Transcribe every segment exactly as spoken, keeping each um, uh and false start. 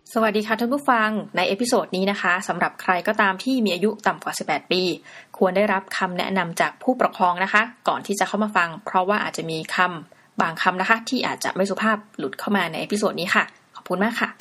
สวัสดีค่ะท่านผู้ฟังในเอพิโซดนี้นะคะสำหรับใครก็ตามที่มีอายุต่ำกว่าสิบแปดปีควรได้รับคำแนะนำจากผู้ปกครองนะคะก่อนที่จะเข้ามาฟังเพราะว่าอาจจะมีคำบางคำนะคะที่อาจจะไม่สุภาพหลุดเข้ามาในเอพิโซดนี้ค่ะขอบคุณมากค่ะ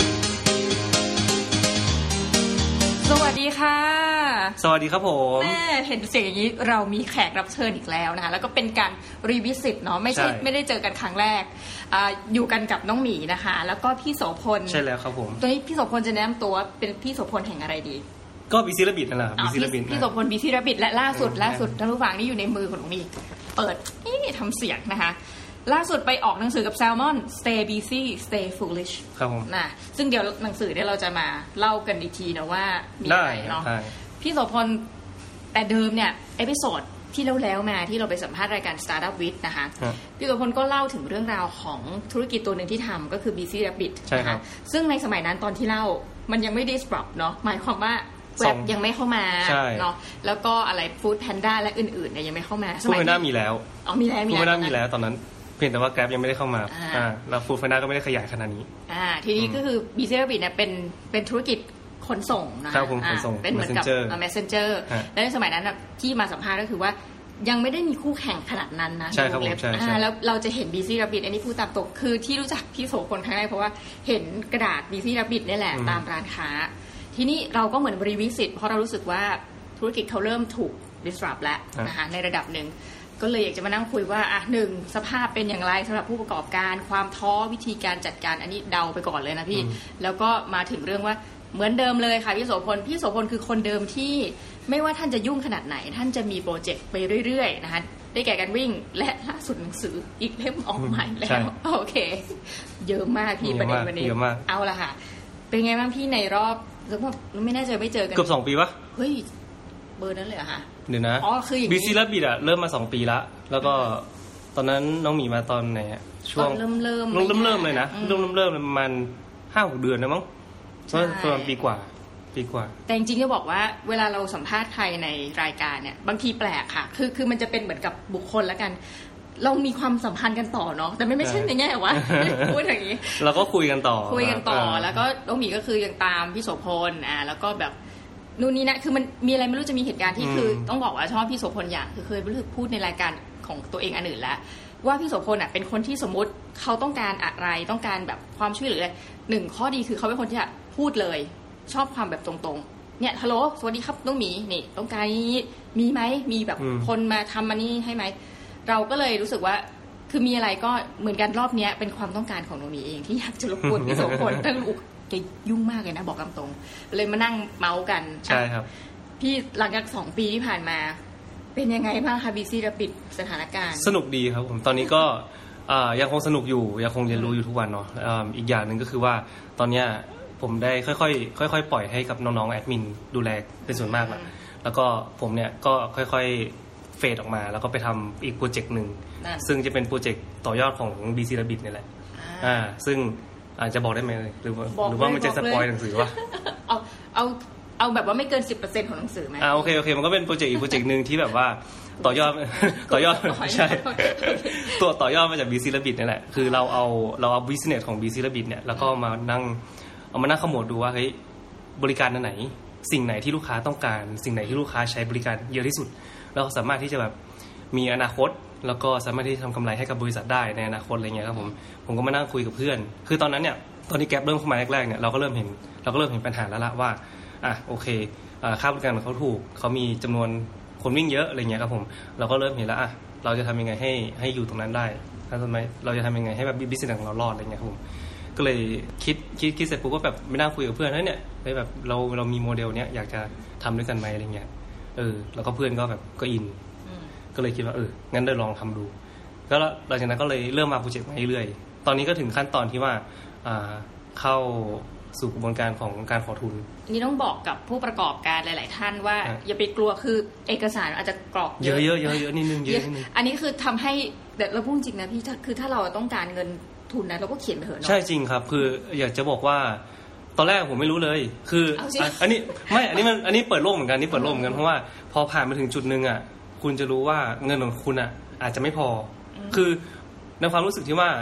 สวัสดีค่ะสวัสดีครับผมแม่เห็นเสียงอย่างนี้เรามีแขกรับเชิญอีกแล้วนะคะแล้วก็เป็นการรีวิสิตเนาะไม่ใช่ไม่ได้เจอกันครั้งแรก อ, อยู่กันกับน้องหมีนะคะแล้วก็พี่โสพลใช่แล้วครับผมตัวนี้พี่โสพลจะแนะนำตัวเป็นพี่โสพลแห่งอะไรดีก็บีซีระบิดนั่นแหละบีซีระบิดพี่โสพลบีซีระบิดและล่าสุดล่าสุดท่านผู้ฟังนี่อยู่ในมือของน้องหมีเปิดนี่ทำเสียงนะคะล่าสุดไปออกหนังสือกับ Salmon Stay Busy Stay Foolish ครับผมนะซึ่งเดี๋ยวหนังสือเนี่ยเราจะมาเล่ากันอีกทีนะว่ามีอะไรเนาะพี่โสพลแต่เดิมเนี่ยเอพิโซดที่แล้วๆมาที่เราไปสัมภาษณ์รายการ Startup With นะคะพี่โสพลก็เล่าถึงเรื่องราวของธุรกิจตัวหนึ่งที่ทำก็คือ Busy Rabbit ใช่ครับซึ่งในสมัยนั้นตอนที่เล่ามันยังไม่ disrupt เนาะหมายความว่าเว็บยังไม่เข้ามาเนาะแล้วก็อะไร Food Panda และอื่นๆเนี่ยยังไม่เข้ามาสมัยนั้นมีแล้วอ๋อมีแล้วมีแล้ว Food Panda มีแล้วตอนนั้นเพียงแต่ว่า Grab ยังไม่ได้เข้ามาอ่าแล้ว Food Panda ก็ไม่ได้ขยายขนาดนี้อ่าทีนี้ก็คือ Busy Rabbit เนี่ยเป็นเป็นธุรกิจขนส่งนะคะเป็นเหมือนกับ Messenger และในสมัยนั้นที่มาสัมภาษณ์ก็คือว่ายังไม่ได้มีคู่แข่งขนาดนั้นนะใช่ครับผมใช่ๆแล้วเราจะเห็น Busy Rabbit อันนี้พูดตามตรงคือที่รู้จักพี่โสพลครั้งแรกเพราะว่าเห็นกระดาษ Busy Rabbit นี่แหละตามร้านค้าทีนี้เราก็เหมือนรีวิสิตเพราะเรารู้สึกว่าธุรกิจเขาเริ่มถูก disrupt แล้วนะคะในระดับหนึ่งก็เลยอยากจะมานั่งคุยว่าอ่ะหนึ่งสภาพเป็นอย่างไรสำหรับผู้ประกอบการความท้อวิธีการจัดการอันนี้เดาไปก่อนเลยนะพี่แล้วก็มาถึงเรื่องว่าเหมือนเดิมเลยค่ะพี่โสพลพี่โสพลคือคนเดิมที่ไม่ว่าท่านจะยุ่งขนาดไหนท่านจะมีโปรเจกต์ไปเรื่อยๆนะคะได้แก่การวิ่งและล่าสุดหนังสืออีกเล่มออกใหม่แล้วโอเคเยอะมากพี่ประเด็นวันนี้เอาละค่ะเป็นไงบ้างพี่ในรอบแล้วไม่แน่ใจไม่เจอกันเกือบสองปีปะเฮ้ยเบอร์นั้นเลยเหรอคะเดี๋ยวนะอ๋อคืออย่างนี้บี ซี Rabbit อ่ะเริ่มมาสองปีละแล้วก็ตอนนั้นน้องหมีมาตอนไหนอ่ะช่วงเริ่มเริ่มเริ่มเริ่มเลยนะเริ่มเริ่มเริ่มประมาณห้าหกเดือนนะมั้งประมาณปีกว่าปีกว่าแต่จริงๆจะบอกว่าเวลาเราสัมภาษณ์ใครในรายการเนี่ยบางทีแปลกค่ะคือคือมันจะเป็นเหมือนกับบุคคลแล้วกันเรามีความสัมพันธ์กันต่อเนาะแต่ไม่ไม่ใช่ในแง่ว่าพูดอย่างนี้เราก็คุยกันต่อคุยกันต่อแล้วก็น้องหมีก็คือยังตามพี่โสพลอ่าแล้วก็แบบนู่นนี่นะคือมันมีอะไรไม่รู้จะมีเหตุการณ์ที่คือต้องบอกว่าชอบพี่โสพลอย่างคือเคยรู้สึกพูดในรายการของตัวเองอันอื่นแล้วว่าพี่โสพลอ่ะเป็นคนที่สมมติเขาต้องการอะไรต้องการแบบความช่วยเหลือหนึ่งข้อดีคือเขาเป็นคนที่พูดเลยชอบความแบบตรงๆเนี่ยฮัลโหลสวัสดีครับน้องหมีนี่ต้องการนี้มีไหมมีแบบคนมาทำมันนี่ให้ไหมเราก็เลยรู้สึกว่าคือมีอะไรก็เหมือนกันรอบนี้เป็นความต้องการของน้องหมีเองที่อยากจะรบกวนพี่โสพลตั้งอุกแกยุ่งมากเลยนะบอกตามตรงเลยมานั่งเมาส์กันใช่ครับพี่หลังจากสองปีที่ผ่านมาเป็นยังไงบ้างคะ Busy Rabbit สถานการณ์สนุกดีครับผมตอนนี้ก็ยังคงสนุกอยู่ยังคงเรียนรู้อยู่ทุกวันเนาะอีกอย่างนึงก็คือว่าตอนนี้ผมได้ค่อยๆค่อยๆปล่อยให้กับน้องๆแอดมินดูแลเป็นส่วนมากแล้วแล้วก็ผมเนี่ยก็ค่อยๆเฟดออกมาแล้วก็ไปทำอีกโปรเจกต์นึงซึ่งจะเป็นโปรเจกต์ต่อยอดของ Busy Rabbit นี่แหละอ่าซึ่งอาจจะบอกได้ไหมหรือว่าหรือว่ามันจะสปอยหนังสือวะเอาเอาเอาแบบว่าไม่เกิน สิบเปอร์เซ็นต์ ของหนังสือไหมอ่าโอเคโอเคมันก็เป็นโปรเจกต์อีกโปรเจกต์นึงที่แบบว่าต่อยอดต่อยอดใช่ตัวต่อยอดมาจาก Busy Rabbit นี่แหละคือเราเอาเราเอา business ของ Busy Rabbit เนี่ยแล้วก็มานั่งเอามานั่งขมวดดูว่าเฮ้ยบริการไหนสิ่งไหนที่ลูกค้าต้องการสิ่งไหนที่ลูกค้าใช้บริการเยอะที่สุดแล้วสามารถที่จะแบบมีอนาคตแล้วก็สามารถที่จะทำกำไรให้กับบริษัทได้ในอนาคตอะไรเงี้ยครับผมผมก็มานั่งคุยกับเพื่อนคือตอนนั้นเนี่ยตอนที่แก๊ปเริ่มเข้ามาแรกๆเนี่ยเราก็เริ่มเห็นเราก็เริ่มเห็นปัญหาแล้วละว่าอ่ะโอเคค่าบริการของเขาถูกเขามีจำนวนคนวิ่งเยอะอะไรเงี้ยครับผมเราก็เริ่มเห็นแล้วอ่ะเราจะทำยังไงให้ให้อยู่ตรงนั้นได้ทำไมเราจะทำยังไงให้แบบบิสเนสของเรารอดอะไรเงี้ยครับผมก็เลยคิดคิดคิดเสร็จปุ๊บก็แบบไม่นั่งคุยกับเพื่อนเนี่ยได้แบบเราเรามีโมเดลเนี้ยอยากจะทำด้วยกันไหมอะไรเงี้ยเออแล้วก็เพื่อนก็แบบก็อินก็เลยคิดว่าเอองั้นได้ลองทำดูก็หลังจากนั้นก็เลยเริ่มมาโปรเจกต์มาเรื่อยๆตอนนี้ก็ถึงขั้นตอนที่ว่าเข้าสู่กระบวนการของการขอทุนนี่ต้องบอกกับผู้ประกอบการหลายๆท่านว่าอย่าไปกลัวคือเอกสารอาจจะกรอกเยอะเยอะเยอะเยอะนิดนึงเยอะนิดนึงอันนี้คือทำให้แต่เราพูดจริงนะพี่คือถ้าเราต้องการเงินทุนนะเราก็เขียนไปเถอะเนาะใช่จริงครับคืออยากจะบอกว่าตอนแรกผมไม่รู้เลยคืออันนี้ไม่อันนี้มันอันนี้เปิดโลกเหมือนกันนี่เปิดโลกเหมือนกันเพราะว่าพอผ่านมาถึงจุดนึงอ่ะคุณจะรู้ว่าเงินของคุณอ่ะอาจจะไม่พอคือในความรู้สึกที่ว่า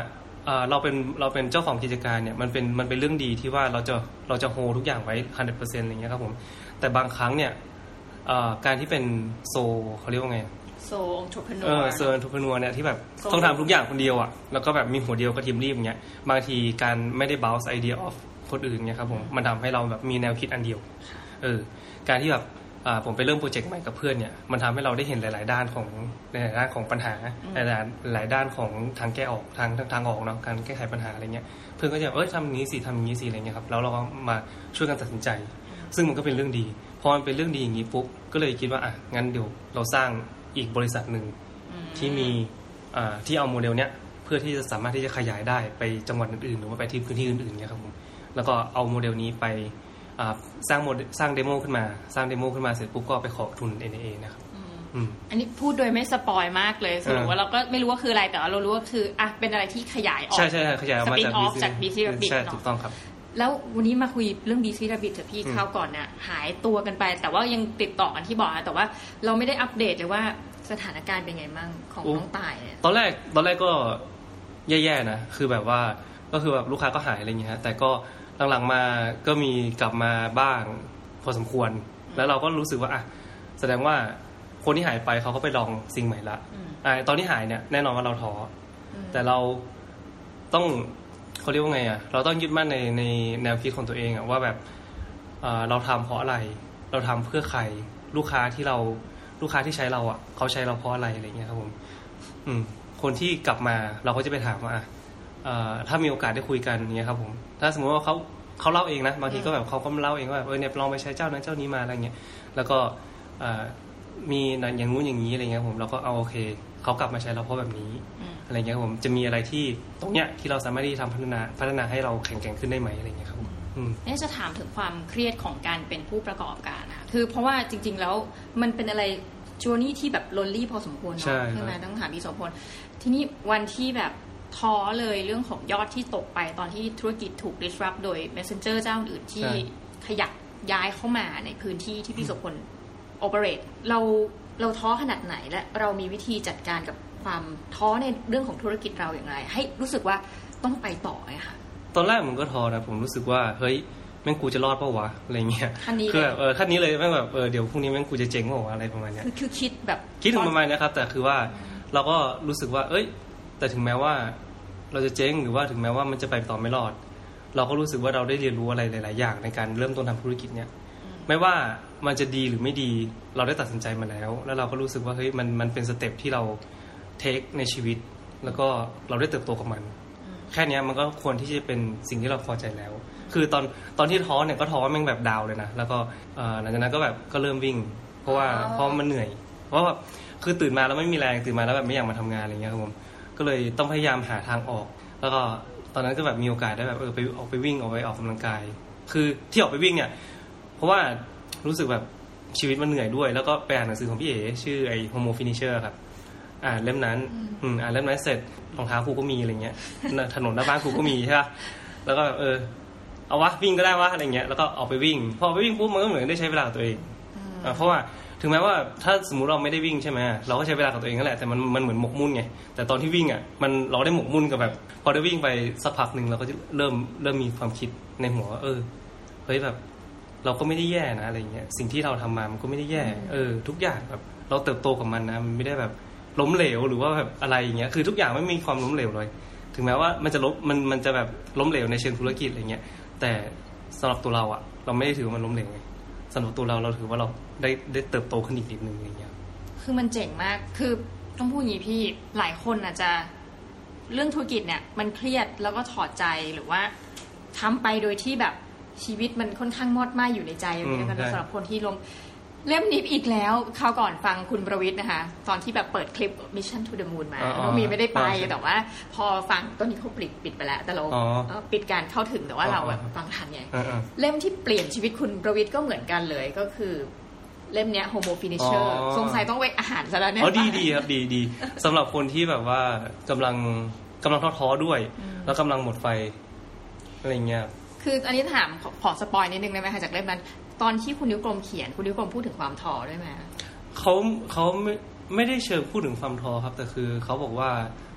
เราเป็นเราเป็นเจ้าของกิจการเนี่ยมันเป็นมันเป็นเรื่องดีที่ว่าเราจะเราจะโฮทุกอย่างไว้ หนึ่งร้อยเปอร์เซ็นต์ อะไรเงี้ยครับผมแต่บางครั้งเนี่ยการที่เป็นโซเขาเรียกว่าไงโซองค์ทรพนัวเออโซองค์ทรพนัวเนี่ยที่แบบต้องทำทุกอย่างคนเดียวอ่ะแล้วก็แบบมีหัวเดียวกระทิมรีบอย่างเงี้ยบางทีการไม่ได้ bounce idea off คนอื่นเนี่ยครับผมมันทำให้เราแบบมีแนวคิดอันเดียวเออการที่แบบผมไปเริ่มโปรเจกต์ใหม่กับเพื่อนเนี่ยมันทำให้เราได้เห็นหลายๆด้านของหลายๆด้านของปัญหาหลายๆหลายด้านของทางแก้ออกทางทางออกเนาะการแก้ไขปัญหาอะไรเงี้ยเพื่อนก็จะเอ้ยทำอย่างนี้สิทำอย่างนี้สิอะไรเงี้ยครับแล้วเราก็มาช่วยกันตัดสินใจซึ่งมันก็เป็นเรื่องดีพอมันเป็นเรื่องดีอย่างนี้ปุ๊บก็เลยคิดว่าอ่ะงั้นเดี๋ยวเราสร้างอีกบริษัทหนึ่งที่มีอ่าที่เอาโมเดลเนี้ยเพื่อที่จะสามารถที่จะขยายได้ไปจังหวัดอื่นๆหรือว่าไปที่พื้นที่อื่นๆเนี่ยครับผมแล้วก็เอาโมเดลนี้ไปสร้างโมเดลสร้างเดโมขึ้นมาสร้างเดโมขึ้นมาเสร็จปุ๊บก็ไปขอทุน เอ็น เอ เอ นะครับอันนี้พูดโดยไม่สปอยมากเลยสรุปว่าเราก็ไม่รู้ว่าคืออะไรแต่เรารู้ว่าคืออ่ะเป็นอะไรที่ขยายออกใช่ใช่ขยายออกมาจาก บี ซี Rabbit ใช่ถูกต้องครับแล้ววันนี้มาคุยเรื่อง บี ซี Rabbit เถอะพี่คราวก่อนเนี่ยหายตัวกันไปแต่ว่ายังติดต่อกันที่บอกนะแต่ว่าเราไม่ได้อัปเดตเลยว่าสถานการณ์เป็นไงมั่งของน้องตายเนี่ยตอนแรกตอนแรกก็แย่ๆนะคือแบบว่าก็คือแบบลูกค้าก็หายอะไรอย่างเงี้ยแต่ก็หลังๆมาก็มีกลับมาบ้างพอสมควรแล้วเราก็รู้สึกว่าอ่ะแสดงว่าคนที่หายไปเขาก็ไปลองสิ่งใหม่ละอ่าตอนที่หายเนี่ยแน่นอนว่าเราท้อแต่เราต้องเขาเรียกว่าไงอ่ะเราต้องยึดมั่นในในแนวคิดของตัวเองอ่ะว่าแบบเราทำเพราะอะไรเราทำเพื่อใครลูกค้าที่เราลูกค้าที่ใช้เราอ่ะเขาใช้เราเพราะอะไรอะไรเงี้ยครับผมอืมคนที่กลับมาเราก็จะไปถามว่าอ่ะถ้ามีโอกาสได้คุยกันเงี้ยครับผมถ้าสมมติว่าเขาเขาเล่าเองนะบางทีก็แบบเขาก็เล่าเองว่าแบบเออเนี่ยลองไปใช้เจ้านั้นเจ้านี้มาอะไรเงี้ยแล้วก็มีอย่างงู้นอย่างนี้อะไรเงี้ยผมเราก็เอาโอเคเขากลับมาใช้เราเพราะแบบนี้อะไรเงี้ยผมจะมีอะไรที่ตรงเนี้ยที่เราสามารถที่ทำพัฒนาพัฒนาให้เราแข็งแกร่งขึ้นได้ไหมอะไรเงี้ยครับนี่จะถามถึงความเครียดของการเป็นผู้ประกอบการนะคือเพราะว่าจริงๆแล้วมันเป็นอะไรจูนี่ที่แบบโลนลี่พอสมควรเนาะใช่ไหมต้องถามพี่โสพลทีนี้วันที่แบบท้อเลยเรื่องของยอดที่ตกไปตอนที่ธุรกิจถูก disrupt โดย Messenger เจ้าอื่นที่ขยับย้ายเข้ามาในพื้นที่ที่พี่โสพล operate เราเราท้อขนาดไหนและเรามีวิธีจัดการกับความท้อในเรื่องของธุรกิจเราอย่างไรให้รู้สึกว่าต้องไปต่อไงคะตอนแรกผมก็ท้อนะผมรู้สึกว่าเฮ้ยแม่งกูจะรอดเปล่าวะอะไรเงี้ยคือแบบเออขั้นนี้เลยแม่งแบบเออเดี๋ยวพรุ่งนี้แม่งกูจะเจ๊งเปล่าวะอะไรประมาณเนี้ยคือคิดแบบคิดถึงประมาณนี้ครับแต่คือว่าเราก็รู้สึกว่าเอ้ยแต่ถึงแม้ว่าเราจะเจ๊งหรือว่าถึงแม้ว่ามันจะไปต่อไม่รอดเราก็รู้สึกว่าเราได้เรียนรู้อะไรหลายๆอย่างในการเริ่มต้นทำธุรกิจเนี่ยไม่ว่ามันจะดีหรือไม่ดีเราได้ตัดสินใจมาแล้วแล้วเราก็รู้สึกว่าเฮ้ยมันมันเป็นสเต็ปที่เราเทคในชีวิตแล้วก็เราได้เติบโตกับมันแค่นี้มันก็ควรที่จะเป็นสิ่งที่เราพอใจแล้วคือตอนตอนที่ท้อเนี่ยก็ท้อแม่งแบบดาวเลยนะแล้วก็หลังจากนั้นก็แบบก็เริ่มวิ่งเพราะว่าเพราะมันเหนื่อยเพราะว่าคือตื่นมาแล้วไม่มีแรงตื่นมาแล้วแบบไม่อยากมาทำงานอะไรเงี้ยครับผมก็เลยต้องพยายามหาทางออกแล้วก็ตอนนั้นก็แบบมีโอกาสได้แบบเออไปออกไปวิ่งออกไปออกกำลังกายคือที่ออกไปวิ่งเนี่ยเพราะว่ารู้สึกแบบชีวิตมันเหนื่อยด้วยแล้วก็ไปอ่านหนังสือของพี่เอ๋ชื่อไอ้ Homo Finisher ครับอ่านเล่มนั้นอืมอ่านเล่มนั้นเสร็จรองเท้าครูก็มีอะไรเงี้ยถนนหน้าบ้านครูก็มีใช่ป่ะแล้วก็เออเอาวะวิ่งก็ได้วะอะไรเงี้ยแล้วก็ออกไปวิ่งพอไปวิ่งปุ๊บมันก็เหมือนได้ใช้เวลาตัวเองอ่าเพราะว่าถึงแม้ว่าถ้าสมมุติเราไม่ได้วิ่งใช่ไหมเราก็ใช้เวลากับตัวเองนั่นแหละแต่มันมันเหมือนหมกมุ่นไงแต่ตอนที่วิ่งอ่ะมันเราได้หมกมุ่นกับแบบพอได้วิ่งไปสักพักนึงเราก็จะเริ่มเริ่มมีความคิดในหัวว่าเออเฮ้ยแบบเราก็ไม่ได้แย่นะอะไรเงี้ยสิ่งที่เราทำมามันก็ไม่ได้แย่เออทุกอย่างแบบเราเติบโตกับมันนะมันไม่ได้แบบล้มเหลวหรือว่าแบบอะไรอย่างเงี้ยคือทุกอย่างไม่มีความล้มเหลวเลยถึงแม้ว่ามันจะล้มมันมันจะแบบล้มเหลวในเชิงธุรกิจอะไรเงี้ยแต่สำหรับตัวเราอ่ะเราไม่ได้ถือว่ามันล้มเหลวไงสำหรับตัวเราเราถือว่าเราได้ได้เติบโตขึ้นอีกนิดนึงอะไรเงี้ยคือมันเจ๋งมากคือต้องพูดอย่างนี้พี่หลายคนอาจจะเรื่องธุรกิจเนี่ยมันเครียดแล้วก็ถอดใจหรือว่าทำไปโดยที่แบบชีวิตมันค่อนข้างมอดไหม้อยู่ในใจอย่างนี้นะคะสำหรับคนที่ลงเล่มนี้อีกแล้วคราวก่อนฟังคุณประวิทย์นะคะตอนที่แบบเปิดคลิป Mission to the Moon มาน้องมีไม่ได้ไปแต่ว่าพอฟังตอนนี้เขาปิดปิดไปแล้วแต่เราปิดการเข้าถึงแต่ว่าเราแบบฟังทันไงเล่มที่เปลี่ยนชีวิตคุณประวิทย์ก็เหมือนกันเลยก็คือเล่มเนี้ย Homo Finisher สงสัยต้องไปอาหารซะแล้วเนี่ยอ๋อดีดีครับดีดีสำหรับคนที่แบบว่ากำลังกำลังท้อๆด้วยแล้วกำลังหมดไฟอะไรเงี้ยคืออันนี้ถามขอสปอยนิดนึงได้ไหมคะจากเล่มนั้นตอนที่คุณนิ้วกลมเขียนคุณนิ้วกลมพูดถึงความท้อด้วยไหมเขาเขาไม่ไม่ได้เชิงพูดถึงความท้อครับแต่คือเขาบอกว่า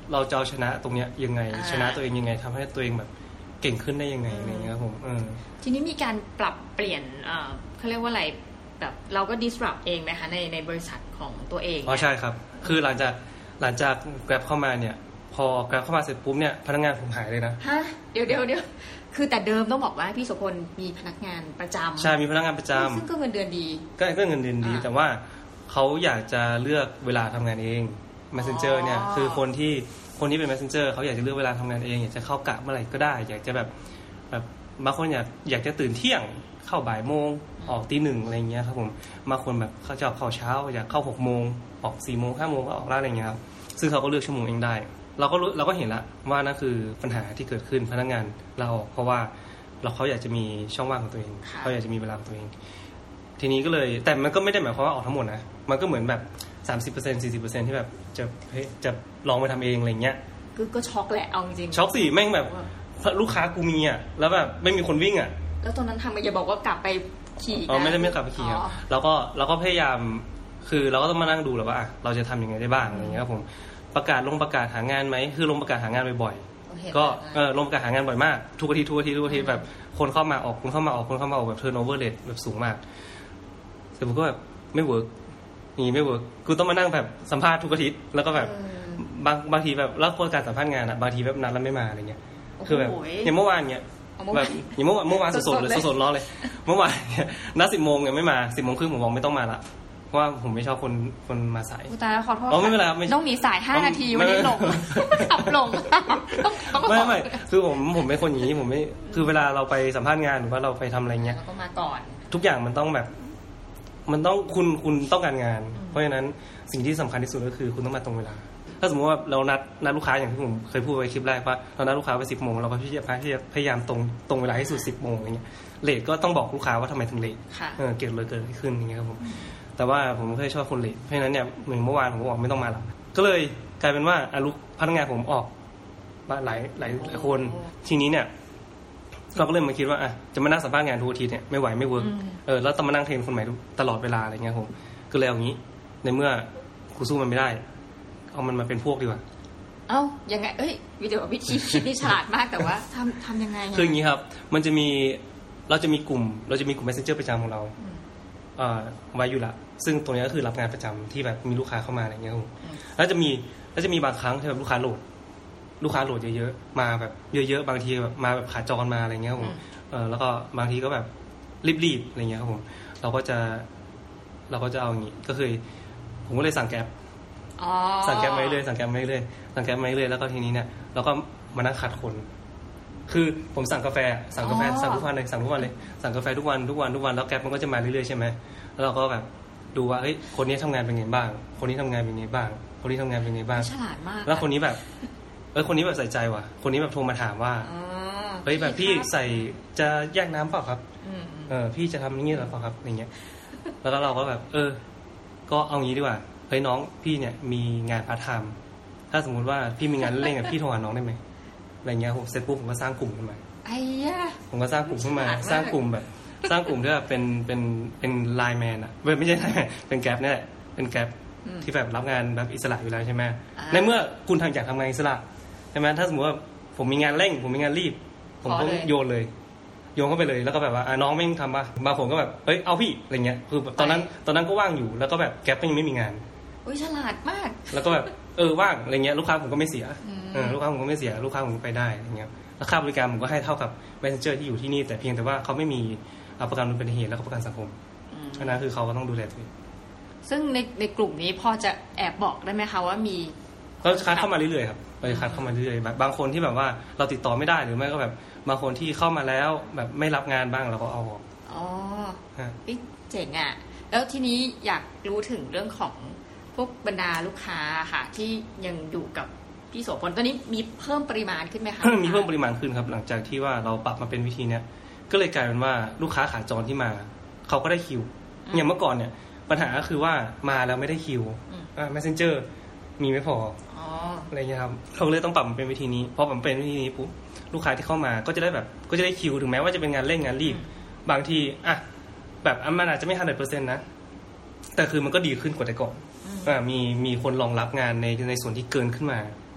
เราจะเอาชนะตรงเนี้ยยังไงชนะตัวเองยังไงทำให้ตัวเองแบบเก่งขึ้นได้ยังไงอะไรเงี้ยครับผมทีนี้มีการปรับเปลี่ยนเขาเรียกว่าอะไรแบบเราก็ disrupt เองไหมคะในในบริษัทของตัวเองอ๋อใช่ครับคือหลังจากหลังจาก Grab เข้ามาเนี่ยพอ Grab เข้ามาเสร็จปุ๊บเนี่ยพนักงานผมหายเลยนะฮะเดี๋ยวเดี๋ยวเดี๋ยวคือแต่เดิมต้องบอกว่าพี่โสพลมีพนักงานประจำใช่มีพนักงานประจำซึ่งก็เงินเดือนดีก็ก็เงินเดือนดีแต่ว่าเขาอยากจะเลือกเวลาทำงานเอง Messenger เนี่ยคือคนที่คนที่เป็น Messenger เขาอยากจะเลือกเวลาทำงานเองอยากจะเข้ากะเมื่อไหร่ก็ได้อยากจะแบบแบบบางคนอยากอยากจะตื่นเที่ยงเข้าบ่ายโมงออกตีหนึ่งอะไรเงี้ยครับผมบางคนแบบเขาจะเข้าเช้าอยากเข้าหกโมงออกสี่โมงห้าโมงก็ออกแล้วอะไรเงี้ยครับซึ่งเขาก็เลือกชั่วโมงเองได้เราก็รู้เราก็เห็นละว่านั่นคือปัญหาที่เกิดขึ้นพนักงานเราออกเพราะว่าเราเขาอยากจะมีช่องว่างของตัวเองเขาอยากจะมีเวลาของตัวเองทีนี้ก็เลยแต่มันก็ไม่ได้หมายความว่าออกทั้งหมดนะมันก็เหมือนแบบ สามสิบเปอร์เซ็นต์ สี่สิบเปอร์เซ็นต์ ที่แบบจะจะลองไปทำเองอะไรเงี้ยคือก็ช็อกแหละเอาจริงช็อกสิแม่งแบบลูกค้ากูมีอ่ะแล้วแบบไม่มีคนวิ่งอ่ะแล้วตอนนั้นทำไมอย่าบอกว่ากลับไปขี่อ๋อไม่ได้ไม่กลับไปขี่ครับเราก็เราก็พยายามคือเราก็ต้องมานั่งดูแหละว่าเราจะทำยังไงได้บ้างอะไรเงี้ยครับผมประกาศลงประกาศหางานไหมคือลงประกาศหางานบ่อยๆก็เออลงประกาศหางานบ่อยมากทุกอาทิตย์ทุกอาทิตย์ทุกอาทิตย์แบบคนเข้ามาออกคนเข้ามาออกคนเข้ามาออกแบบ turnover rate แบบสูงมากเสร็จผมก็แบบไม่เวิร์กนี่ไม่เวิร์กกูต้องมานั่งแบบสัมภาษณ์ทุกอาทิตย์แล้วก็แบบบางบางทีแบบแล้วคนการสัมภาษณ์งานอ่ะบางทีแบบนัดแล้วไม่มาอะไรเงี้ยคือแบบอย่างเมื่อวานเนี้ยแบบอย่างเมื่อวานเมื่อวานสดๆเลยสดๆร้อนเลยเมื่อวานนัดสิบโมงยังไม่มาสิบโมงครึ่งผมบอกไม่ต้องมาละเพราะว่าผมไม่ชอบคนคนมาสายตายแล้วขอโทษอ๋อไม่เป็นไรต้องหนีสายห้านาทีวันนี้หลงขับหลงต้องไม่ไม่คือผมผมเป็นคนอย่างนี้ผมไม่คือเวลาเราไปสัมภาษณ์งานหรือว่าเราไปทำอะไรเงี้ยเราก็มาก่อนทุกอย่างมันต้องแบบมันต้องคุณคุณต้องการงานเพราะฉะนั้นสิ่งที่สำคัญที่สุดก็คือคุณต้องมาตรงเวลาถ้าสมมติว่าเรานัดนัดลูกค้าอย่างที่ผมเคยพูดไว้คลิปแรกว่าเรานัดลูกค้าไปสิบโมงเราก็พยายามพยายามตรงตรงเวลาให้สุดสิบโมงอะไรเงี้ยเลทก็ต้องบอกลูกค้าว่าทำไมถึงเลทเออเกิดเลยเกิดขึ้นอย่างเงี้ยครับผมแต่ว่าผมไม่เคยชอบคนเลทเพราะฉะนั้นเนี่ยเหมือนเมื่อวานผมบอกไม่ต้องมาหรอกก็เลยกลายเป็นว่าลูกพนักงานผมออกมาหลายหลายหลายคนทีนี้เนี่ยเราก็เลยมาคิดว่าอ่ะจะมานั่งสัมภาษณ์งานทุกอาทิตย์เนี่ยไม่ไหวไม่เวิร์กเออแล้วต้องมานั่งเทรนคนใหม่ตลอดเวลาอะไรเงี้ยผมก็เลยเอางี้ในเมื่อกูสู้มันไม่ได้เอามันมาเป็นพวกดีกว่าเอ้ายังไงเอ้ยวิดีโอวิธีคิดนี่ฉลาดมากแต่ว่าทำทำยังไงคืออย่างนี้ครับมันจะมีเราจะมีกลุ่มเราจะมีกลุ่ม Messenger ประจำของเราเอ่อไว้อยู่ละซึ่งตรงนี้ก็คือรับงานประจำที่แบบมีลูกค้าเข้ามาอะไรเงี้ยครับแล้วจะมีแล้วจะมีบางครั้งที่แบบลูกค้าโหลดลูกค้าโหลดเยอะๆมาแบบเยอะๆบางทีแบบมาแบบขาจรมาอะไรเงี้ยผมเออแล้วก็บางทีก็แบบรีบๆอะไรเงี้ยครับผมเราก็จะเราก็จะเอาอย่างนี้ก็คือผมก็เลยสั่งแก๊ปสั่งแก๊ปมาเรื่อยสั่งแก๊ปมาเรื่อยสั่งแก๊ปมาเรื่อยแล้วก็ทีนี้เนี่ยเราก็มานั่งขัดคนคือผมสั่งกาแฟสั่งกาแฟสั่งทุกวันเลยสั่งทุกวันเลยสั่งกาแฟทุกวันทุกวันทุกวันแล้วแก๊ปมันก็จะมาเรื่อยๆใช่ไหมแล้วเราก็แบบดูว่าเฮ้ยคนนี้ทำงานเป็นไงบ้างคนนี้ทำงานเป็นไงบ้างคนนี้ทำงานเป็นไงบ้างฉลาดมากแล้วคนนี้แบบเออคนนี้แบบใส่ใจว่ะคนนี้แบบโทรมาถามว่าเฮ้ยแบบพี่ใส่จะแยกน้ำเปล่าครับเออพี่จะทำอย่างนี้หรือเปล่าครับอย่างเงี้ยแล้วก็เราก็แบบเออก็เอางี้ดีกว่าเฮ้ยน้องพี่เนี่ยมีงานพาร์ทไทม์ถ้าสมมติว่าพี่มีงานเล่นกับพี่โทรหาน้องได้ไหมอะไรเงี้ยผมเสร็จปุ๊บผมก็สร้างกลุ่มขึ้นมาไอ้ยะผมก็สร้างกลุ่มขึ้นมาสร้างกลุ่มแบบสร้างกลุ่มที่แบบเป็นเป็นเป็นไลน์แมนอะไม่ใช่ไลน์แมนเป็นแก๊ปนี่แหละเป็นแก๊ปที่แบบรับงานแบบอิสระอยู่แล้วใช่ไหมในเมื่อคุณทางอยากทำงานอิสระใช่ไหมถ้าสมมติว่าผมมีงานเร่งผมมีงานรีบผมก็โยนเลยโยนเข้าไปเลยแล้วก็แบบว่าน้องไม่ทำป่ะบางผมก็แบบเอ้ยเอาพี่อะไรเงี้ยคือแบบตอนนั้นตอนนั้นก็ว่างอยู่แล้วก็แบบแก๊ปก็ยังไม่มีงานอุ้ยฉลาดมากแล้วก็แบบเออว่างอะไรเงี้ยลูกค้าผมก็ไม่เสียเออลูกค้าผมก็ไม่เสียลูกค้าผมไปได้อะไรเงี้ยแล้วค่าบริการผมก็ให้เท่ากับ Messenger ที่อยู่ที่นี่แต่เพียงแต่ว่าเขาไม่มีประกันอุบัติเหตุแล้วก็ประกันสังคมฉะนั้นคือเขาก็ต้องดูแลตัวเองซึ่งในในกลุ่มนี้พอจะแอบบอกได้ไหมคะว่ามีก็คัดเข้ามาเรื่อยๆครับไปคัดเข้ามาเรื่อยๆแบบบางคนที่แบบว่าเราติดต่อไม่ได้หรือไม่ก็แบบบางคนที่เข้ามาแล้วแบบไม่รับงานบ้างเราก็เอาออกอ๋อเจ๋งอ่ะแล้วทีนี้อยากรู้ถึงเรื่องของพวกบรรดาลูกค้าค่ะที่ยังอยู่กับพี่โสพลตอนนี้มีเพิ่มปริมาณขึ้นไหมคะมีเพิ่มปริมาณขึ้นครับหลังจากที่ว่าเราปรับมาเป็นวิธีเนี้ยก็เลยกลายเป็นว่าลูกค้าขาจรที่มาเขาก็ได้คิวอย่างเมื่อก่อนเนี่ยปัญหาก็คือว่ามาแล้วไม่ได้คิวอ่า Messenger มีไม่พออะไรเงี้ยครับเราเลยต้องปรับมันเป็นวิธีนี้พอปรับเป็นวิธีนี้ปุ๊บลูกค้าที่เข้ามาก็จะได้แบบก็จะได้คิวถึงแม้ว่าจะเป็นงานเร่งงานรีบบางทีอ่ะแบบมันอาจจะไม่ ร้อยเปอร์เซ็นต์ นะแต่คือมันก็ดีขึ้นกว่าแต่ก่อนอ่ามีมีคนรองรับงานในในส่วนที่เกินขึ้นมา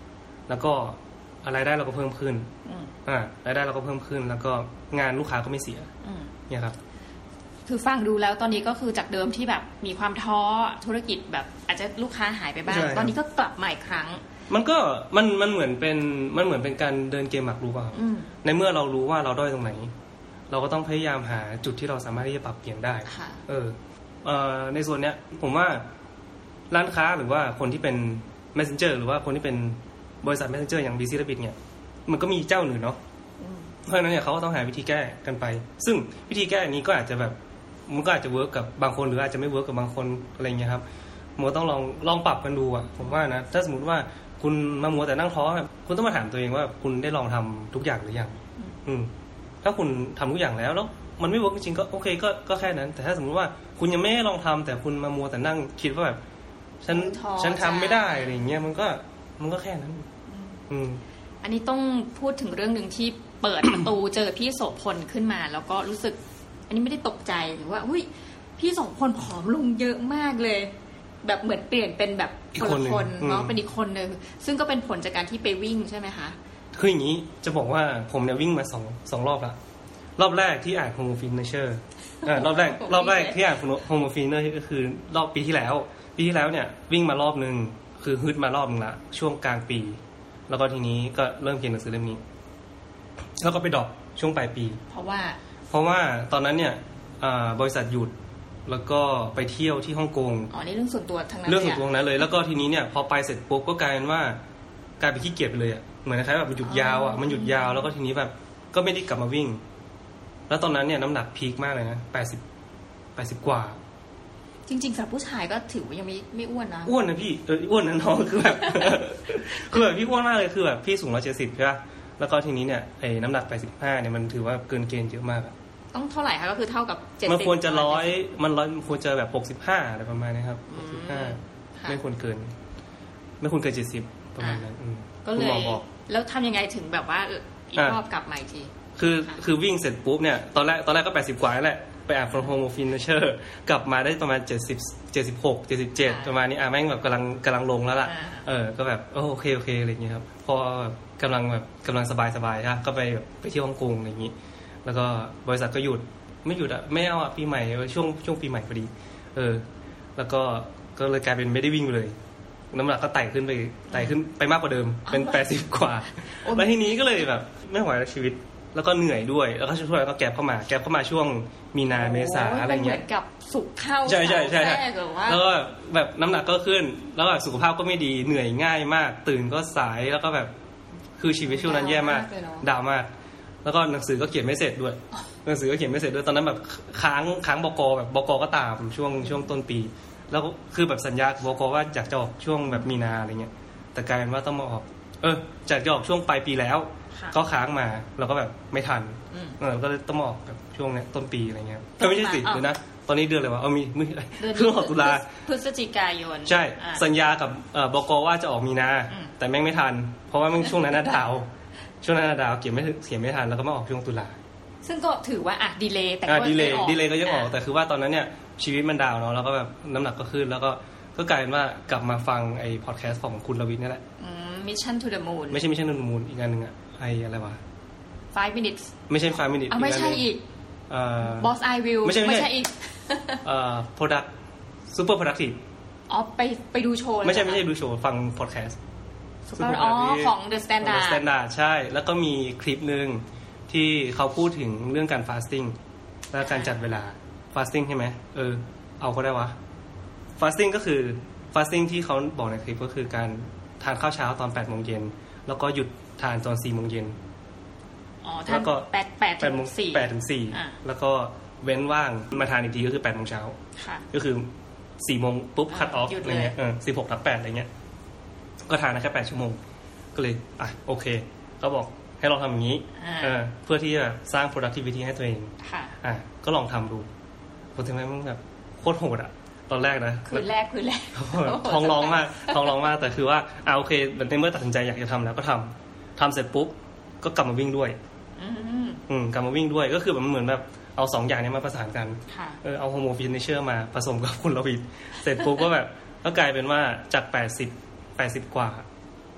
แล้วก็รายได้เราก็เพิ่มขึ้นอ่ารายได้เราก็เพิ่มขึ้นแล้วก็งานลูกค้าก็ไม่เสียเนี่ยครับคือฟังดูแล้วตอนนี้ก็คือจากเดิมที่แบบมีความท้อธุรกิจแบบอาจจะลูกค้าหายไปบ้างตอนนี้ก็กลับมาอีกครั้งมันก็มันมันเหมือนเป็นมันเหมือนเป็นการเดินเกมหมากรุกครับในเมื่อเรารู้ว่าเราด้อยตรงไหนเราก็ต้องพยายามหาจุดที่เราสามารถที่จะปรับเปลี่ยนได้เออเอ่อในส่วนเนี้ยผมว่าร้านค้าหรือว่าคนที่เป็น Messenger หรือว่าคนที่เป็นบริษัท Messenger อย่าง บี ซี Rabbit เนี่ยมันก็มีเจ้าอื่นเนาะเพราะฉะนั้นเนี่ยเขาก็ต้องหาวิธีแก้กันไปซึ่งวิธีแก้นี้ก็อาจจะแบบมันก็อาจจะเวิร์กกับบางคนหรืออาจจะไม่เวิร์กกับบางคนอะไรเงี้ยครับมันต้องลองลองปรับกันดูอ่ะผมว่านะถ้าสมมติว่าคุณมามัวแต่นั่งท้อคุณต้องมาถามตัวเองว่าคุณได้ลองทำทุกอย่างหรือยังอืมถ้าคุณทำทุกอย่างแล้วแล้วมันไม่เวิร์กจริงๆก็โอเคก็ก็แค่นั้นแต่ถ้าสมมติว่าคุณยังไม่ได้ลองทำแต่คุณมามัวแต่นั่งคิดว่าแบบฉันฉันทำไม่ได้อะไรเงี้ยมันก็มันก็แค่นั้นอืมอันนี้ต้องพูดถึงเรื่องนึงที่เปิดประตูเจอพี่โสพลขึ้นมาแล้วก็รู้สึกอันนี้ไม่ได้ตกใจหรือว่าอุ้ยพี่โสพลผอมลงเยอะมากเลยแบบเหมือนเปลี่ยนเป็นแบบคนละคนเนาะเป็นอีกคนนึงซึ่งก็เป็นผลจากการที่ไปวิ่งใช่ไหมคะคืออย่างนี้จะบอกว่าผมเนี่ยวิ่งมาสองสองรอบละรอบแรกที่อ่าน Homo Finisher อ่ารอบแรกรอบแรกที่อ่าน Homo Finisher ก็คือรอบปีที่แล้วปีที่แล้วเนี่ยวิ่งมารอบนึงคือฮึดมารอบนึงละช่วงกลางปีแล้วก็ทีนี้ก็เริ่มเขียนหนังสือเล่มนี้แล้วก็ไปดรอปช่วงปลายปีเพราะว่าเพราะว่าตอนนั้นเนี่ยบริษัทหยุดแล้วก็ไปเที่ยวที่ฮ่องกงอ๋อนี่เรื่องส่วนตัวทั้งนั้นเรื่องส่วนตัวนั้นเลยแล้วก็ทีนี้เนี่ยพอไปเสร็จปุ๊บก็กลายเป็นว่ากลายเป็นขี้เกียจไปเลยอ่ะเหมือนคล้ายๆแบบมันหยุดยาวอ่ะมันหยุดยาวแล้วก็ทีนี้แบบก็ไม่ได้กลับมาวิ่งแล้วตอนนั้นเนี่ยน้ำหนักพีคมากเลยนะแปดสิบ แปดสิบกว่าจริงๆสำหรับผู้ชายก็ถือว่ายังไม่ไม่อ้วนนะอ้วนนะพี่เอออ้วนนะน้องคือแบบคือแบบพี่อ้วนมากเลยคือแบบพี่สูงหนึ่งร้อยเจ็ดสิบใช่ป่ะแล้วก็ทีนี้เนี่ยไอ้น้ำหนักแปดสิบห้าเนี่ยมันถือว่าเกินเกณฑ์เยอะมากต้องเท่าไหร่คะก็คือเท่ากับเจ็ดสิบมันควรจะร้อยมันร้อยควรจะแบบหกสิบห้าอะไรประมาณนี้ครับหกสิบห้าไม่ควรเกินไม่ควรเกินเจ็ดสิบประมาณนั้นก็เลยแล้วทำยังไงถึงแบบว่าอีกรอบกลับมาอีกทีคือคือวิ่งเสร็จปุ๊บเนี่ยตอนแรกตอนแรกก็แปดสิบกว่าแหละไปอ่าน From Homo Finisher กลับมาได้ประมาณเจ็ดสิบ เจ็ดสิบหก เจ็ดสิบเจ็ดประมาณนี้อ่ะแม่งแบบกำลังกำลังลงแล้วล่ะเออก็แบบโอเคโอเคอะไรอย่างเงี้ยครับพอกำลังแบบกำลังสบายสบายครับก็ไปแบบไปเที่ยวฮ่องกงอะไรอย่างงี้แล้วก็บริษัทก็หยุดไม่หยุดอ่ะไม่เอาอ่ะปีใหม่ช่วงช่วงปีใหม่พอดีเออแล้วก็ก็เลยกลายเป็นไม่ได้วิ่งเลยน้ำหนักก็ไต่ขึ้นไปไต่ขึ้นไปมากกว่าเดิมเป็นแปดสิบกว่าแล้วทีนี้ก็เลยแบบไม่ไหวแล้วชีวิตแล้วก็เหนื่อยด้วยแล้วก็ช่วงๆก็แก็บเข้ามาแก็บเข้ามาช่วงมีนาเมษาอะไรเงี้ยเหมือนกับสุกเข้าใช่ใช่ใช่แล้วก็แบบน้ำหนักก็ขึ้นแล้วแบบสุขภาพก็ไม่ดีเหนื่อยง่ายมากตื่นก็สายแล้วก็แบบคือชีวิตช่วงนั้นแย่มากดาวมากแล้วก็หนังสือก็เขียนไม่เสร็จด้วยหนังสือก็เขียนไม่เสร็จด้วยตอนนั้นแบบค้างค้างบก.แบบบก.ก็ตามช่วงช่วงต้นปีแล้วคือแบบสัญญาบก.ว่าอยากจะออกช่วงแบบมีนาอะไรเงี้ยแต่กลายเป็นว่าต้องมาออกเออจากจะออกช่วงปลายปีแล้วก็ค้างมาเราก็แบบไม่ทันเออก็เลยต้องออกแบบช่วงเนี้ยต้นปีอะไรเงี้ยก็ไม่ใช่สิเดี๋ยวนะตอนนี้เดือนอะไรวะเอามีมือเพิ่งออกตุลาพฤศจิกายนใช่สัญญากับเอ่อบก.ว่าจะออกมีนาแต่แม่งไม่ทันเพราะว่าแม่งช่วงนั้นน่ะดาวช่วงนั้นน่ะดาวเขียนไม่เขียนไม่ทันแล้วก็มาออกช่วงตุลาซึ่งก็ถือว่าอ่ะดีเลย์แต่ก็ดีเลย์ดีเลย์ก็ยังออกแต่คือว่าตอนนั้นเนี่ยชีวิตมันดาวเนาะแล้วก็แบบน้ำหนักก็ขึ้นแล้วก็ก็กลายเป็นว่ากลับมาฟังไอ้พอดแคสต์ของคุณรวิทย์นี่แหละอืม Mission to the Moon ไม่ใช่ Mission to the Moon อีกอันนึงอ่ะไอ้อะไรวะ five minutes ไม่ใช่ five minutes อ่ะไม่ใช่อีกเอ่อ Boss I Will ไม่ใช่ไม่ใช่อีกเอ่อ product super productive อ๋อไปไปดูโชว์ไม่ใช่ไม่ใช่ดูโชว์ฟังพอดแคสต์ super อ๋อของ The Standard The Standard ใช่แล้วก็มีคลิปนึงที่เขาพูดถึงเรื่องการ fasting และการจัดเวลา fasting ใช่ไหมเออเอาก็ได้วะ fasting ก็คือ fasting ที่เขาบอกในคลิปก็คือการทานข้าวเช้าตอนแปดโมงเย็นแล้วก็หยุดทานตอนสี่โมงเย็นอ๋อทานแปด แปดถึงสี่แปดถึงสี่แล้วก็เว้นว่างมาทานอีกทีก็คือแปดโมงเช้าก็คือสี่โมงปุ๊บคัทออฟอะไรเงี้ยเออสิบหกทับแปดอะไรเงี้ยก็ทานได้แค่แปดชั่วโมงก็เลยอ่ะโอเคเขาบอกให้ลองทำอย่างนี้เออเพื่อที่จะสร้าง productivity ให้ตัวเองอ่ะก็ลองทำดูผลทำไมมันแบบโคตรโหดอ่ะตอนแรกนะคืนแรกคืนแรกท้องร้องมากท้องร้องมากแต่คือว่าอ่ะโอเคในเมื่อตัดสินใจอยากจะทำแล้วก็ทำทำเสร็จปุ๊บก็กลับมาวิ่งด้วยอืมกลับมาวิ่งด้วยก็คือแบบมันเหมือนแบบเอาสองอย่างนี้มาประสานกันเออเอา Homo Finisher มาผสมกับคุณรวิทย์เสร็จปุ๊บก็แบบก็กลายเป็นว่าจากแปดสิบ แปดสิบกว่า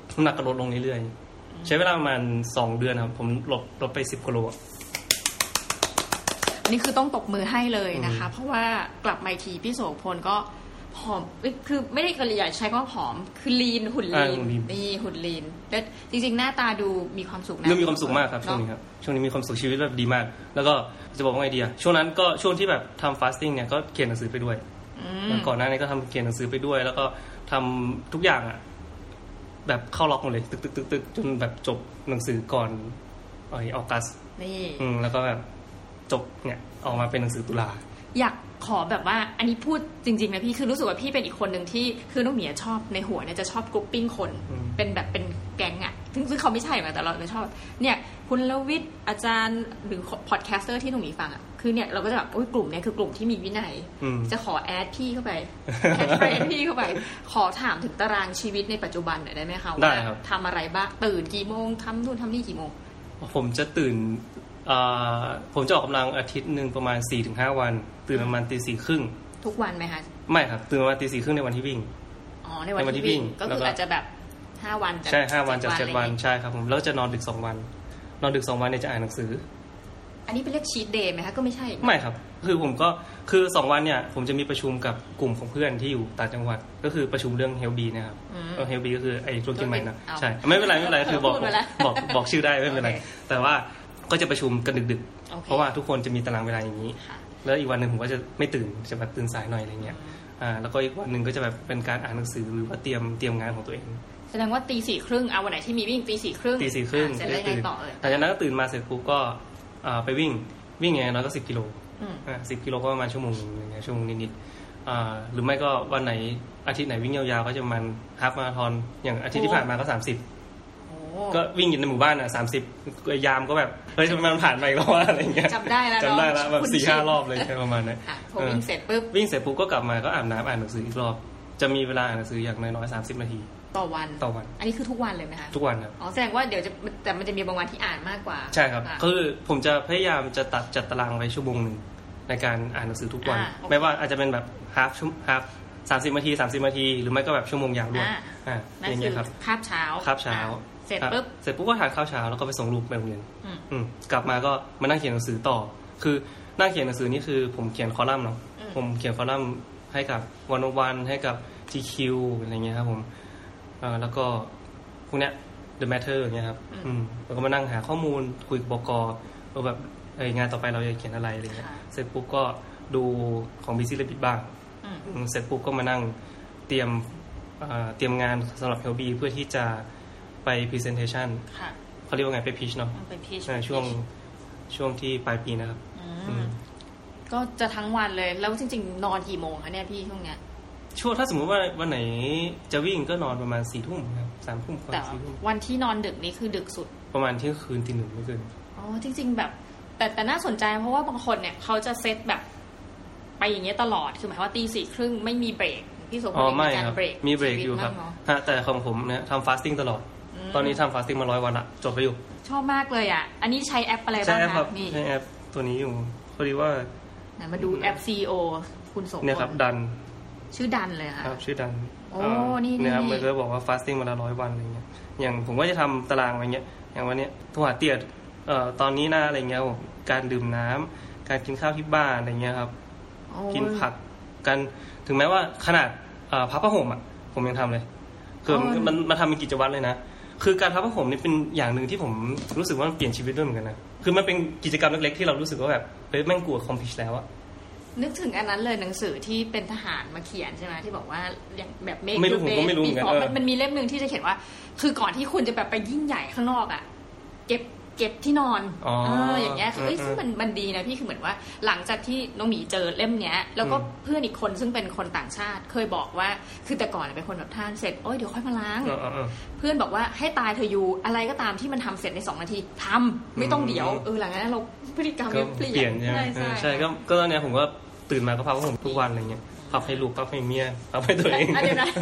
น้ำหนักก็ลดลงเรื่อยๆใช้เวลาประมาณสองเดือนครับผมลดลดไปสิบกิโลอันนี้คือต้องตบมือให้เลยนะคะเพราะว่ากลับมาทีพี่โสพลก็ผอมคือไม่ได้กระยายใช้คำว่าผอมคือลีนหุ่นลีนนี่หุ่นลีนแล้วจริงๆหน้าตาดูมีความสุขนะดูมีความสุขมากครับช่วงนี้ครับช่วงนี้มีความสุขชีวิตแบบดีมากแล้วก็จะบอกว่าไงดีอะช่วงนั้นก็ช่วงที่แบบทำฟาสติ้งเนี่ยก็เขียนหนังสือไปด้วยก่อนหน้านี้ก็ทำเขียนหนังสือไปด้วยแล้วก็ทำทุกอย่างอะแบบเข้าล็อกหมดเลยตึกตึกตึกตึกจนแบบจบหนังสือก่อนออกัสนี่แล้วก็แบบจบเนี่ยออกมาเป็นหนังสือตุลาอยากขอแบบว่าอันนี้พูดจริงๆนะพี่คือรู้สึกว่าพี่เป็นอีกคนหนึ่งที่คือน้องเหมียชอบในหัวเนี่ยจะชอบกรุ๊ปปิ้งคนเป็นแบบเป็นแก๊งอ่ะซึ่งซึ่งเขาไม่ใช่มาแต่เราชอบเนี่ยคุณลวิทย์อาจารย์หรือพอดแคสเตอร์ที่น้องเหมีฟังอ่ะคือเนี่ยเราก็จะแบบโอ้ยกลุ่มเนี่ยคือกลุ่มที่มีวินัยจะขอแอดพี่เข้าไปแอดเฟรนพี่เข้าไปขอถามถึงตารางชีวิตในปัจจุบันหน่อยได้ไหมคะว่าทำอะไรบ้างตื่นกี่โมงทำนู่นทำนี่กี่โมงผมจะตื่นผมจะออกกำลังอาทิตย์หนึ่งประมาณ สี่ถึงห้า วันตื่นประมาณตีสี่ครึ่งทุกวันไหมคะไม่ครับตื่นประมาณตีสี่ครึ่งในวันที่วิ่งอ๋อในวันที่วิ่งก็คืออาจจะแบบห้าวันใช่ห้าวันจากเจ็ดวันใช่ครับผมแล้วจะนอนดึกสองวันนอนดึกสองวันเนี่ยจะอ่านหนังสืออันนี้เป็นเรียกชีทเดย์ไหมคะก็ไม่ใช่ไม่ครับคือผมก็คือสองวันเนี่ยผมจะมีประชุมกับกลุ่มของเพื่อนที่อยู่ต่างจังหวัดก็คือประชุมเรื่อง Health Bee นะครับเออ Health Bee ก็คือไอ้ธุรกิจใหม่นะใช่ไม่เป็นไรไม่เป็นไรคือบอกบอกบอกชื่อได้ไม่เป็นไรแต่ว่าก็จะประชุมกันดึกๆเพราะว่าทุกคนจะมีตารางเวลาอย่างนี้แล้วอีกวันนึงผมก็จะไม่ตื่นจะแบบตื่นสายหน่อยอะไรเงี้ยอ่าแล้วก็อีกวันนึงก็จะแบบเป็นการอ่านหนังสือหรือว่าเตรียมเตรียมงานของตัวเองแสดงว่าตีสี่ครึ่งเอาวันไหนที่มีวิ่งตีสี่ครึ่งตีสี่ครึ่งเสร็จแล้วไงต่อเอ่ยหลังจากนั้นก็ตื่นมาเสร็จปุ๊บก็อ่าไปวิ่งวิ่งอย่างน้อยก็สิบกิโลอ่าสิบกิโลก็ประมาณชั่วโมงนึงอย่างเงี้ยชั่วโมงนิดๆอ่าหรือไม่ก็วันไหนอาทิตย์ไหนวิ่งยาวๆก็จะมันฮาล์ฟมาราธอนอย่างอาทิตย์ที่ผ่านมาก็สามสิบก็วิ่งอยู่ในหมู่บ้านอ่ะสามสิบยามก็แบบเฮ้ยมันผ่านไปก็ว่าอะไรเงี้ยจำได้แล้วจำได้แล้วแบบสี่ห้ารอบเลยใช่ประมาณนั้นพอวิ่งเสร็จปุ๊บวิ่งเสร็จปุ๊บก็กลับมาก็อาบน้ำอ่านหนังสืออีกรอบจะมีเวลาอ่านหนังสืออย่างน้อยๆสามสิบนาทีต่อวันต่อวันอันนี้คือทุกวันเลยไหมคะทุกวันครับอ๋อแสดงว่าเดี๋ยวจะแต่มันจะมีบางวันที่อ่านมากกว่าใช่ครับคือผมจะพยายามจะตัดจัดตารางไว้ชั่วโมงนึงในการอ่านหนังสือทุกวันไม่ว่าอาจจะเป็นแบบฮาล์ฟฮาล์ฟสามสิบนาทีสามสิบนาทีหรือไม่ก็แบบชั่วโมงยาวด้วยอ่าอย่างเงี้ยครับคาบเช้าคาบเช้าเสร็จปุ๊บเสร็จปุ๊บก็ทานข้าวเช้าแล้วก็ไปส่งลูกไปโรงเรียนอืมกลับมาก็มานั่งเขียนหนังสือต่อคือนั่งเขียนหนังสือนี่คือผมเขียนคอลัมน์เนาะผมเขียนคอลัมน์ให้กับวันวันให้กับ จี คิว อะไรเงี้ยครับผมอ่าแล้วก็พวกเนี้ย The Matter อย่างเงี้ยครับอืมแล้วก็มานั่งหาข้อมูลคุยกับบก.ว่าแบบเอ้ยงานต่อไปเราจะเขียนอะไรอะไรเงี้ยเสร็จปุ๊บก็ดูของ Busy Rabbit บ้างเสร็จปุ๊บก็มานั่งเตรียมเตรียมงานสำหรับ Health Bee เพื่อที่จะไป presentation เขาเรียกว่าไงไป pitch เนาะไป pitch ช่วงช่วงที่ปลายปีนะครับก็จะทั้งวันเลยแล้วจริงๆนอนกี่โมงคะเนี่ยพี่ช่วงเนี้ยช่วงถ้าสมมุติว่าวันไหนจะวิ่งก็นอนประมาณสี่ทุ่มครับสามทุ่มก่อนสี่ทุ่มวันที่นอนดึกนี่คือดึกสุดประมาณเที่ยงคืนตีหนึ่งไม่เกินอ๋อจริงๆแบบแต่แต่น่าสนใจเพราะว่าบางคนเนี่ยเขาจะเซตแบบไปอย่างเงี้ยตลอดคือหมายว่าตีสี่ครึ่งไม่มีเบรกพี่โสพลมีการเบรกมีเบรกอยู่ครับฮะแต่ของผมเนี่ยทำฟาสติ้งตลอดตอนนี้ทำฟาสติ้งมาร้อยวันละจบไปอยู่ชอบมากเลยอ่ะอันนี้ใช้แอปอะไรบ้างคะนี่ใช้แอปตัวนี้อยู่พอดีว่ามาดูแอป ซี อี โอ คุณโสพลเนี่ยครับดันชื่อดันเลยค่ะครับชื่อดันโอ้นี่เนี่ยครับมันก็บอกว่าฟาสติ้งมาละร้อยวันอะไรเงี้ยอย่างผมก็จะทำตารางอะไรเงี้ยอย่างวันนี้โทรหาเตี้ยเอ่อตอนนี้นะอะไรเงี้ยการดื่มน้ำการกินข้าวที่บ้านอะไรเงี้ยครับกินผักกันถึงแม้ว่าขนาดพับผ้าห่มอ่ะผมยังทำเลยคือมันมาทำเป็นกิจวัตรเลยนะคือการพับผ้าห่มนี่เป็นอย่างหนึ่งที่ผมรู้สึกว่ามันเปลี่ยนชีวิตด้วยเหมือนกันนะคือมันเป็นกิจกรรมเล็กๆที่เรารู้สึกว่าแบบเฮ้ยแม่งกลัวคอมพลีทแล้วอะนึกถึงอันนั้นเลยหนังสือที่เป็นทหารมาเขียนใช่ไหมที่บอกว่าอย่างแบบเมฆไม่รู้ผมก็ไม่รู้เหมือนกันมันมีเล่มนึงที่จะเขียนว่าคือก่อนที่คุณจะแบบไปยิ่งใหญ่ข้างนอกอ่ะเก็บเก็บที่นอนอ๋ออย่างเงี้ยคือซึ่งมันมันดีนะพี่คือเหมือนว่าหลังจากที่น้องหมีเจอเล่มเนี้ยแล้วก็เพื่อนอีกคนซึ่งเป็นคนต่างชาติเคยบอกว่าคือแต่ก่อนเป็นคนแบบท่านเสร็จโอ้ยเดี๋ยวค่อยมาล้างเพื่อนบอกว่าให้ตายเธออยู่อะไรก็ตามที่มันทำเสร็จในสองนาทีทำไม่ต้องเดี๋ยวเออหลังจากนั้นเราพฤติกรรมเปลี่ยนใช่ใช่ก็ก็ตอนนี้ผมก็ตื่นมาก็พับผมทุกวันอะไรเงี้ยพับให้ลูกพับให้เมียพับให้ตัวเอง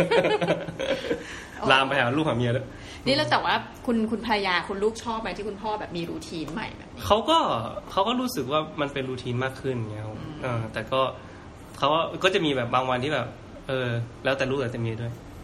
ลามไปหาลูกหาเมียแล้วนี่แล้วแต่ว่าคุณคุณภรรยาคุณลูกชอบไหมที่คุณพ่อแบบมีรูทีนใหม่แบบเขาก็เขาก็รู้สึกว่ามันเป็นรูทีนมากขึ้นเงี้ยเออแต่ก็เขาก็จะมีแบบบางวันที่แบบเออแล้วแต่ลูกแต่เมียด้วย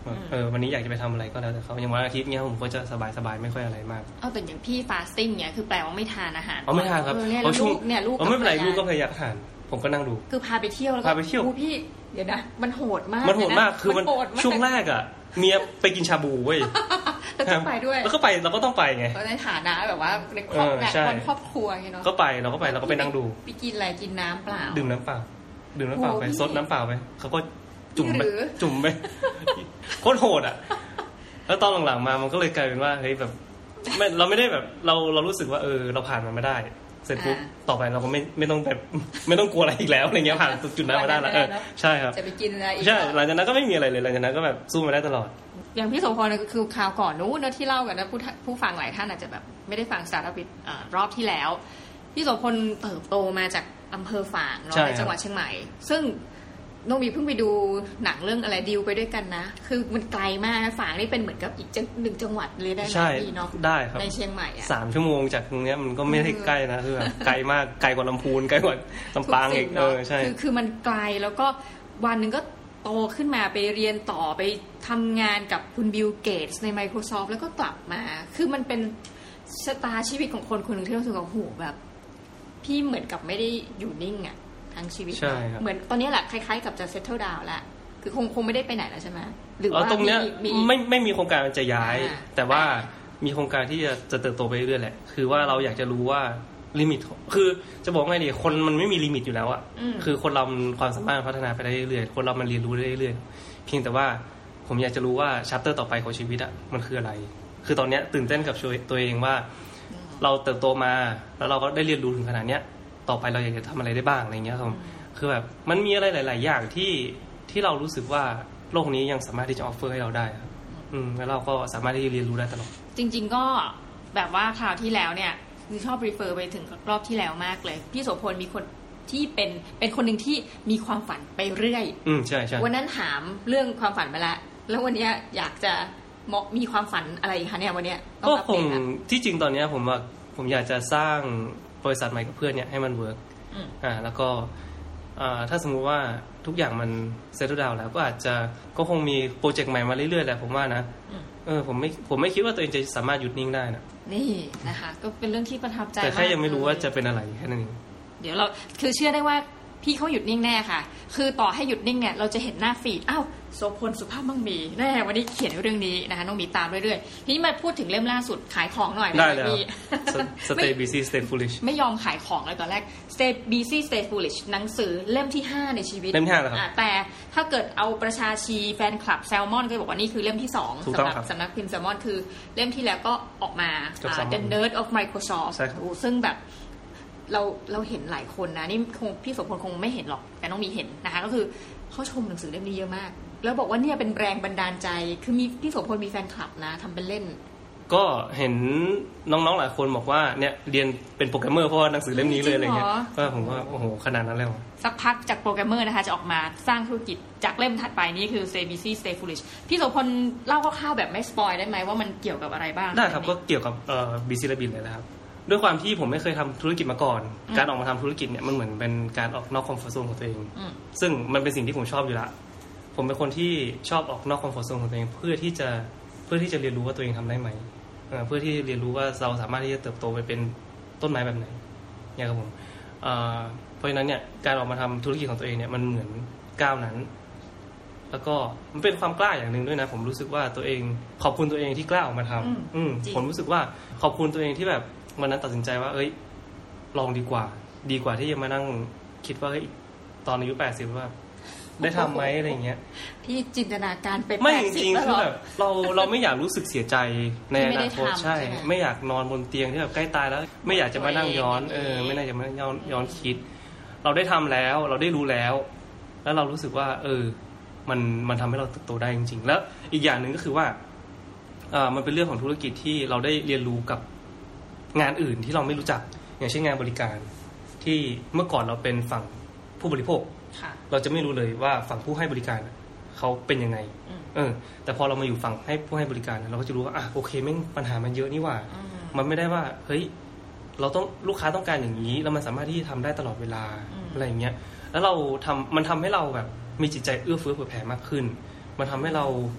เออวันนี้อยากจะไปทำอะไรก็แล้วแต่เขาอย่างวันอาทิตย์เนี้ยผมก็จะสบายๆไม่ค่อยอะไรมากเอาแต่อย่างพี่ฟาสติ้งเนี้ยคือแปลว่าไม่ทานอาหารอ๋อไม่ทานครับเพราะช่วงเนี่ยลูกไม่เป็นไรลูกก็พยายามทานผมก็นั่งดูคือพาไปเที่ยวแล้วก็พาไปเที่ยวพี่เดี๋ยวนะมันโหดมากมันโหดมากคือมันช่วงแรกอ่ะเมียไปกินชาบูเว้ยแล้วก็ไปด้วยแล้วก็ไปเราก็ต้องไปไงในฐานะแบบว่าในครอบครัวครอบครัวไงเนาะก็ไปเราก็ไปเราก็ไปนั่งดูไปกินอะไรกินน้ำเปล่าดื่มน้ำเปล่าดื่มน้ำเปล่าไปซดน้ำเปล่าไปเขาก็จุ่มไปจุ่มไปโคตรโหดอ่ะแล้วตอนหลังๆมามันก็เลยกลายเป็นว่าเฮ้ยแบบไม่เราไม่ได้แบบเราเรารู้สึกว่าเออเราผ่านมันมาได้เสร็จปุ๊บต่อไปเราก็ไม่ไม่ต้องแบบไม่ต้องกลัวอะไรอีกแล้วอะไรเงี้ยผ่านจุดนั้นมาได้แล้วเออใช่ครับจะไปกินอะไรอีกใช่หลังจากนั้นก็ไม่มีอะไรเลยหลังจากนั้นก็แบบสู้มาได้ตลอดอย่างพี่โสพรเนี่ยคือคราวก่อนนู้นที่เล่ากันนะผู้ผู้ฟังหลายท่านอาจจะแบบไม่ได้ฟังสตาร์ทอัพรอบที่แล้วพี่โสพลเติบโตมาจากอำเภอฝางเนาะในจังหวัดเชียงใหม่ซึ่งน้องบีเพิ่งไปดูหนังเรื่องอะไรดิวไปด้วยกันนะคือมันไกลมากฝางนี่เป็นเหมือนกับอีกหนึ่งจังหวัดเลยได้ไหมพี่เนาะได้ครับในเชียงใหม่อ่ะสามชั่วโมงจากตรงนี้มันก็ไม่ได้ใกล้นะคือแบบไกลมากไกลกว่าลำพูนไกลกว่าลำปางอีกเออใช่คือคือมันไกลแล้วก็วันหนึ่งก็โตขึ้นมาไปเรียนต่อไปทำงานกับคุณบิลเกตส์ใน Microsoft แล้วก็กลับมาคือมันเป็นชะตาชีวิตของคนคนหนึ่งที่รู้สึกว่าโหแบบพี่เหมือนกับไม่ได้อยู่นิ่งอ่ะทั้งชีวิตเหมือนตอนนี้แหละคล้ายๆกับจะ settle down แล้วคือคงคงไม่ได้ไปไหนแล้วใช่ไหมหรือว่าตรงเนี้ยไม่ไม่มีโครงการจะย้ายแต่ว่ามีโครงการที่จะจะเติบโตไปเรื่อยๆแหละคือว่าเราอยากจะรู้ว่าลิมิตคือจะบอกไงดีคนมันไม่มีลิมิตอยู่แล้วอ่ะคือคนเราความสามารถพัฒนาไปได้เรื่อยๆคนเรามันเรียนรู้ได้เรื่อยๆเพียงแต่ว่าผมอยากจะรู้ว่าชัปเตอร์ต่อไปของชีวิตอ่ะมันคืออะไรคือตอนเนี้ยตื่นเต้นกับตัวเองว่าเราเติบโตมาแล้วเราก็ได้เรียนรู้ถึงขนาดเนี้ยต่อไปเราอยากจะทำอะไรได้บ้างอะไรเงี้ยครับคือแบบมันมีอะไรหลายๆอย่างที่ที่เรารู้สึกว่าโลกนี้ยังสามารถที่จะออฟเฟอร์ให้เราได้ครับอืมแล้วเราก็สามารถที่จะเรียนรู้ได้ตลอดจริงๆก็แบบว่าคราวที่แล้วเนี่ยคือชอบรีเฟอร์ไปถึงรอบที่แล้วมากเลยพี่โสพลมีคนที่เป็นเป็นคนหนึ่งที่มีความฝันไปเรื่อยอืมใช่ใช่วันนั้นถามเรื่องความฝันไปแล้วแล้ววันนี้อยากจะมีความฝันอะไรคะเนี่ยวันนี้ก็คงที่จริงตอนนี้ผมว่าผมอยากจะสร้างบริษัทใหม่กับเพื่อนเนี่ยให้มันเวิร์กอ่าแล้วก็อ่าถ้าสมมุติว่าทุกอย่างมันเซตดาวน์แล้วก็อาจจะก็คงมีโปรเจกต์ใหม่มาเรื่อยๆแหละผมว่านะเออผมไม่ผมไม่คิดว่าตัวเองจะสามารถหยุดนิ่งได้นะนี่นะคะก็เป็นเรื่องที่ประทับใจแต่แค่ยังไม่รู้ว่าจะเป็นอะไรแค่นั้นเองเดี๋ยวเราคือเชื่อได้ว่าพี่เขาหยุดนิ่งแน่ค่ะคือต่อให้หยุดนิ่งเนี่ยเราจะเห็นหน้าฟีดอ้าวโสพลสุภาพมั่งมีแน่วันนี้เขียนเรื่องนี้นะคะน้องมีตามเรื่อยๆทีนี้มาพูดถึงเล่มล่าสุดขายของหน่อยได้เลยพี่ Stay busy stay foolish ไม่ยอมขายของเลยตอนแรก Stay busy stay foolish หนังสือเล่มที่ห้าในชีวิตเล่มที่ห้าแล้วครับแต่ถ้าเกิดเอาประชาชีแฟนคลับแซลมอนก็บอกว่านี่คือเล่มที่สองสำหรับสำนักพิมพ์แซลมอนคือเล่มที่แล้วก็ออกมา The Nerd of Microsoft ซึ่งแบบเราเราเห็นหลายคนนะนี่คงพี่โสพลคงไม่เห็นหรอกแต่น้องมีเห็นนะคะก็คือเขาชมหนังสือเล่มนี้เยอะมากแล้วบอกว่าเนี่ยเป็นแรงบันดาลใจคือมีพี่โสพลมีแฟนคลับนะทำเป็นเล่นก็เห็นน้องๆหลายคนบอกว่าเนี่ยเรียนเป็นโปรแกรมเมอร์เพราะว่าหนังสือเล่มนี้เลยอะไรเงี้ยก็ผมว่าโอ้โหขนาดนั้นเลยสักพักจากโปรแกรมเมอร์นะคะจะออกมาสร้างธุรกิจจากเล่มถัดไปนี้คือ Stay busy stay foolish พี่โสพลเล่าคร่าวๆแบบไม่สปอยได้ไหมว่ามันเกี่ยวกับอะไรบ้างได้ครับก็เกี่ยวกับเอ่อ busy rabbit เลยนะครับด้วยความที่ผมไม่เคยทำธุรกิจมาก่อนการออกมาทำธุรกิจเนี่ยมันเหมือนเป็นการออกนอกคอมฟอร์ทโซนของตัวเองซึ่งมันเป็นสิ่งที่ผมชอบอยู่ละผมเป็นคนที่ชอบออกนอกคอมฟอร์ทโซนของตัวเองเพื่อที่จะเพื่อที่จะเรียนรู้ว่าตัวเองทำได้ไหมเพื่อที่เรียนรู้ว่าเราสามารถที่จะเติบโตไปเป็นต้นไม้แบบไหนเนี่ยครับผมเพราะฉะนั้นเนี่ยการออกมาทำธุรกิจของตัวเองเนี่ยมันเหมือนก้าวนั้นแล้วก็มันเป็นความกล้าอย่างหนึ่งด้วยนะผมรู้สึกว่าตัวเองขอบคุณตัวเองที่กล้าออกมาทำอืมผมรู้สึกว่าขอบคุณตัวเองที่แบบวันนั้นตัดสินใจว่าเอ้ยลองดีกว่าดีกว่าที่จะมานั่งคิดว่าเฮ้ยตอนอายุแปดสิบว่าได้ทำไหมอะไรเงี้ยพี่จินตนาการไปไม่จริงๆคือแบบเราเราไม่อยากรู้สึกเสียใจในอนาคตใช่ไม่อยากนอนบนเตียงที่แบบใกล้ตายแล้วไม่อยากจะมานั่งย้อนเออไม่น่าจะมาย้อนย้อนคิดเราได้ทำแล้วเราได้รู้แล้วแล้วเรารู้สึกว่าเออมันมันทำให้เราเติบโตได้จริงๆแล้วอีกอย่างหนึ่งก็คือว่าอ่ามันเป็นเรื่องของธุรกิจที่เราได้เรียนรู้กับงานอื่นที่เราไม่รู้จักอย่างเช่นงานบริการที่เมื่อก่อนเราเป็นฝั่งผู้บริโภคเราจะไม่รู้เลยว่าฝั่งผู้ให้บริการเขาเป็นยังไงเออแต่พอเรามาอยู่ฝั่งให้ผู้ให้บริการเราก็จะรู้ว่าอ่ะโอเคแม่งปัญหามันเยอะนี่ว่ามันไม่ได้ว่าเฮ้ยเราต้องลูกค้าต้องการอย่างนี้แล้วมันสามารถที่จะทำได้ตลอดเวลาอะไรอย่างเงี้ยแล้วเราทำมันทำให้เราแบบมีจิตใจเอื้อเฟื้อเผื่อแผ่มากขึ้นมันทำให้เรา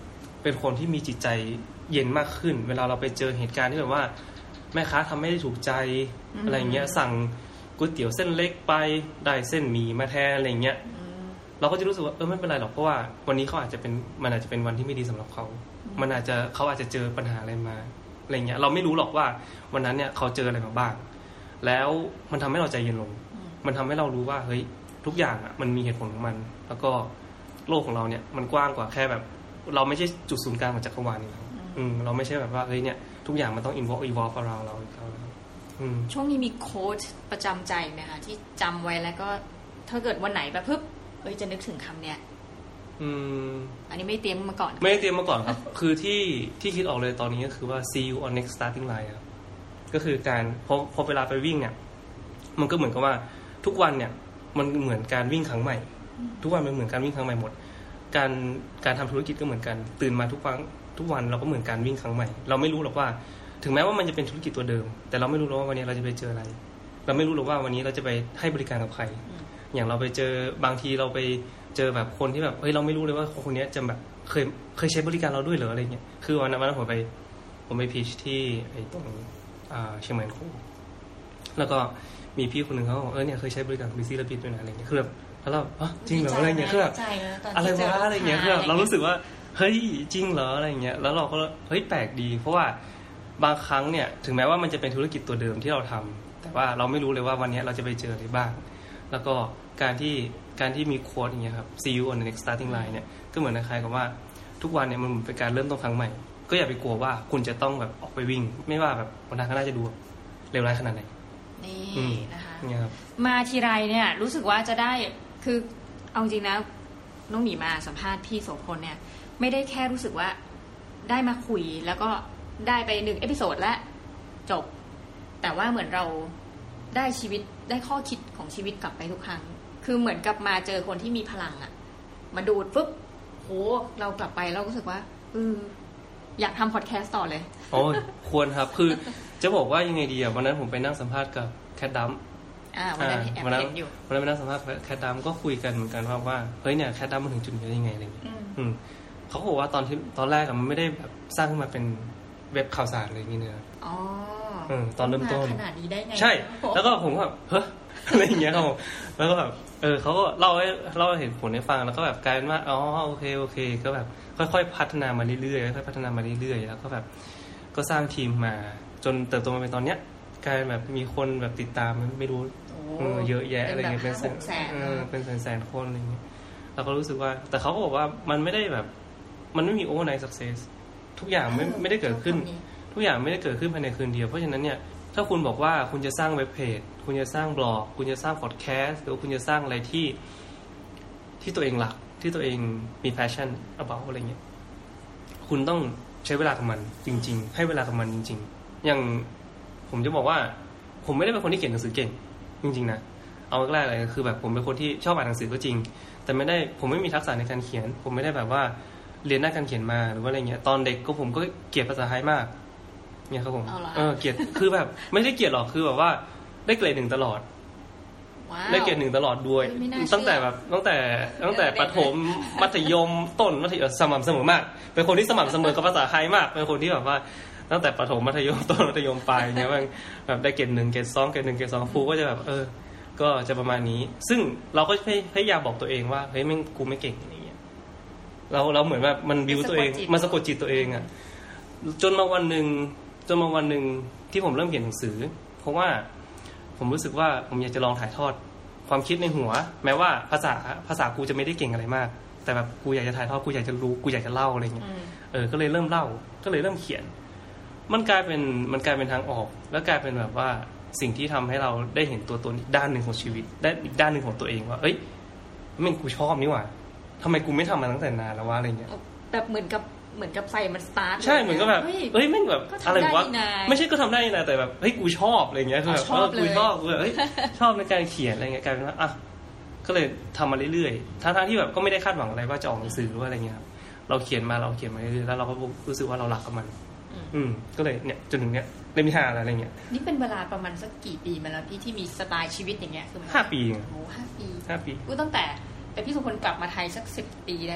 เป็นคนที่มีจิตใจเย็นมากขึ้นเวลาเราไปเจอเหตุการณ์ที่แบบว่าแม่ค้าทำไม่ได้ถูกใจอะไรเงี้ยสั่งก๋วยเตี๋ยวเส้นเล็กไปได้เส้นหมี่มาแทนอะไรเงี้ยเราก็จะรู้สึกว่าเออไม่เป็นไรหรอกเพราะว่าวันนี้เขาอาจจะเป็นมันอาจจะเป็นวันที่ไม่ดีสำหรับเขามันอาจจะเขาอาจจะเจอปัญหาอะไรมาอะไรเงี้ยเราไม่รู้หรอกว่าวันนั้นเนี่ยเขาเจออะไรมาบ้างแล้วมันทำให้เราใจเย็นลงมันทำให้เรารู้ว่าเฮ้ยทุกอย่างอ่ะมันมีเหตุผลของมันแล้วก็โลกของเราเนี่ยมันกว้างกว่าแค่แบบเราไม่ใช่จุดศูนย์กลางของจักรวาลนี่ครับอืมเราไม่ใช่แบบว่าเฮ้ยเนี่ยทุกอย่างมันต้อง involve evolve around เราเราอืมช่วงนี้มีโค้ดประจำใจไหมคะที่จำไว้แล้วก็ถ้าเกิดวันไหนแบบปึ๊บเอ้ยจะนึกถึงคำเนี้ยอืมอันนี้ไม่เตรียมมาก่อนไม่ได้เตรียมมาก่อนครับ คือที่ที่คิดออกเลยตอนนี้ก็คือว่า see you on next starting line ครับก็คือการพอพอเวลาไปวิ่งเนี่ยมันก็เหมือนกับว่าทุกวันเนี่ยมันเหมือนการวิ่งครั้งใหม่ทุกวันมันเหมือนการวิ่งครั้งใหม่หมดการการทำธุรกิจก็เหมือนกันตื่นมาทุกวันทุกวันเราก็เหมือนการวิ่งครั้งใหม่เราไม่รู้หรอกว่าถึงแม้ว่ามันจะเป็นธุรกิจตัวเดิมแต่เราไม่รู้หรอกว่าวันนี้เราจะไปเจออะไรเราไม่รู้หรอกว่าวันนี้เราจะไปให้บริการกับใครอย่างเราไปเจอบางทีเราไปเจอแบบคนที่แบบเฮ้ยเราไม่รู้เลยว่าคนนี้จะแบบเคยเคยใช้บริการเราด้วยเหรออะไรเงี้ยคือวันนั้นวันนั้นผมไปผมไปพิชที่ไอ้ตรงอ่าเชียงใหม่คู่แล้วก็มีพี่คนหนึ่งเขาบอกเออเนี่ยเคยใช้บริการของ Busy Rabbit ด้วยนะอะไรเงี้ยคือแบบแล้วเราอ๋อจริงเหรออะไรเงี้ยคือแบบอะไรวะอะไรเงี้ยคือแบบเรารู้สึกว่าเฮ้ยจริงเหรออะไรเงี้ยแล้วเราก็เฮ้ยแปลกดีเพราะว่าบางครั้งเนี่ยถึงแม้ว่ามันจะเป็นธุรกิจตัวเดิมที่เราทำแต่ว่าเราไม่รู้เลยว่าวันนี้เราจะไปเจออะไรบ้างแล้วก็การที่การที่มีโค้ดอย่างเงี้ยครับ see you on the next starting line เนี่ยก็เหมือนคล้ายๆกับว่าทุกวันเนี่ยมันเป็นการเริ่มต้นครั้งใหม่ก็อย่าไปกลัวว่าคุณจะต้องแบบออกไปวิ่งไม่ว่าแบบวันนั้นข้างหน้าจะดูเลวร้ายขนาดไหนนี่นะคะเนี่ยมาทีไรเนี่ยรู้สึกว่าจะได้คือเอาจริงนะน้องหมีมาสัมภาษณ์พี่โสพลเนี่ยไม่ได้แค่รู้สึกว่าได้มาคุยแล้วก็ได้ไปหนึ่งเอพิโซดแล้วจบแต่ว่าเหมือนเราได้ชีวิตได้ข้อคิดของชีวิตกลับไปทุกครั้งคือเหมือนกับมาเจอคนที่มีพลังอะมาดูดปุ๊บโหเรากลับไปเรารู้สึกว่าเอออยากทำพอดแคสต์ต่อเลยโอ้ควรครับคือจะบอกว่ายังไงดีอ่ะวันนั้นผมไปนั่งสัมภาษณ์กับแคทดัมอ่าวันนั้นแอบเห็นอยู่วันนั้นไปนั่งสัมภาษณ์แคทดัมก็คุยกันเหมือนกันว่าว่าเฮ้ยเนี่ยแคทดัมมันถึงจุดนี้ได้ยังไงอะไรอย่างเงี้ยอืมเขาบอกว่าตอนที่ตอนแรกมันไม่ได้แบบสร้างขึ้นมาเป็นเว็บข่าวสารอะไรอย่างเงี้ยอ๋อเออตอนเริ่มต้นขนาดนี้ได้ไงใช่แล้วก็ผมก็แบบเฮ้ยอะไรอย่างเงี้ยครับแล้วก็แบบเออเขาก็เล่าให้เล่าเหตุผลให้ฟังแล้วก็แบบกลายเป็นว่าอ๋อโอเคโอเคก็แบบค่อยๆพัฒนามาเรื่อยๆค่อยๆพัฒนามาเรื่อยๆแล้วก็แบบก็สร้างทีมมาจนเติบโตมาเป็นตอนเนี้ยกลายแบบมีคนแบบติดตามไม่รู้เยอะแยะอะไรเงี้ยเป็นแสนเป็นแสนๆคนอะไรเงี้ยเราก็รู้สึกว่าแต่เขาก็บอกว่ามันไม่ได้แบบมันไม่มีโอเวอร์ไนท์ซักเซสทุกอย่างไม่ไม่ได้เกิดขึ้นทุกอย่างไม่ได้เกิดขึ้นภายในคืนเดียวเพราะฉะนั้นเนี่ยถ้าคุณบอกว่าคุณจะสร้างเว็บเพจคุณจะสร้างบล็อกคุณจะสร้างพอดแคสต์หรือคุณจะสร้างอะไรที่ที่ตัวเองหลักที่ตัวเองมี passion about อะไรเงี้ยคุณต้องใช้เวลากับมันจริงๆให้เวลากับมันจริงๆอย่างผมจะบอกว่าผมไม่ได้เป็นคนที่เขียนหนังสือเก่งจริงๆนะเอาแรกๆเลยคือแบบผมเป็นคนที่ชอบอ่านหนังสือก็จริงแต่ไม่ได้ผมไม่มีทักษะในการเขียนผมไม่ได้แบบว่าเรียนด้านการเขียนมาหรือว่าอะไรเงี้ยตอนเด็กก็ผมก็เกลียดภาษาไทยมากเนี่ยครับผมเออเกลียดคือแบบไม่ได้เกลียดหรอกคือแบบว่าได้เกรดหนึ่งตลอดได้เกรดหนึ่งตลอดด้วยตั้งแต่แบบตั้งแต่ตั้งแต่ประถมมัธยมต้นมัธยมสม่ำเสมอมากเป็นคนที่สม่ำเสมอกับภาษาไทยมากเป็นคนที่แบบว่าตั้งแต่ประถมมัธยมต้นมัธยมปลายเงี้ยแบบได้เกรดหนึ่งเกรดสองเกรดหนึ่งเกรดสองครูก็จะแบบเออก็จะประมาณนี้ซึ่งเราก็พยายามบอกตัวเองว่าเฮ้ยแม่งกูไม่เก่งอะไรเงี้ยเราเราเหมือนแบบมันบิวตัวเองมันสะกดจิตตัวเองอ่ะจนมาวันนึงจนมาวันนึงที่ผมเริ่มเขียนหนังสือเพราะว่าผมรู้สึกว่าผมอยากจะลองถ่ายทอดความคิดในหัวแม้ว่าภาษาภาษากูจะไม่ได้เก่งอะไรมากแต่แบบกูอยากจะถ่ายทอดกูอยากจะรู้กูอยากจะเล่าอะไรเงี้ยเออก็เลยเริ่มเล่าก็เลยเริ่มเขียนมันกลายเป็นมันกลายเป็นทางออกแล้วกลายเป็นแบบว่าสิ่งที่ทำให้เราได้เห็นตัวตนอีกด้านหนึ่งของชีวิตได้อีกด้านหนึ่งของตัวเองว่าเอ้ยมันกูชอบนี่หว่าทำไมกูไม่ทำมาตั้งแต่นานแล้ววะอะไรเงี้ยแบบเหมือนกับเหมือนกับไฟมันสตาร์ทใช่เหมือนกับแบบเฮ้ยแม่งแบบอะไรวะไม่ใช่ก็ทำได้นะแต่แบบเฮ้ยกูชอบอะไรเงี้ยคือแบบเออกูชอบกูแบบเฮ้ยชอบในการเขียนอะไรเงี้ยกลายเป็นว่าอ่ะก็เลยทำมาเรื่อยๆทั้งๆที่แบบก็ไม่ได้คาดหวังอะไรว่าจะออกหนังสือหรือว่าอะไรเงี้ยครับเราเขียนมาเราเขียนมาเรื่อยๆแล้วเราก็รู้สึกว่าเรารักกับมันอืมก็เลยเนี่ยจนถึงเนี้ยเล่มที่ห้าอะไรเงี้ยนี่เป็นเวลาประมาณสักกี่ปีมาแล้วพี่ที่มีสไตล์ชีวิตอย่างเงี้ยคือห้าปีโอ้ห้าปีห้าปีกูตั้งแต่แต่พี่สุพลกลับมาไทยสักสิบปีได้ไหมคะ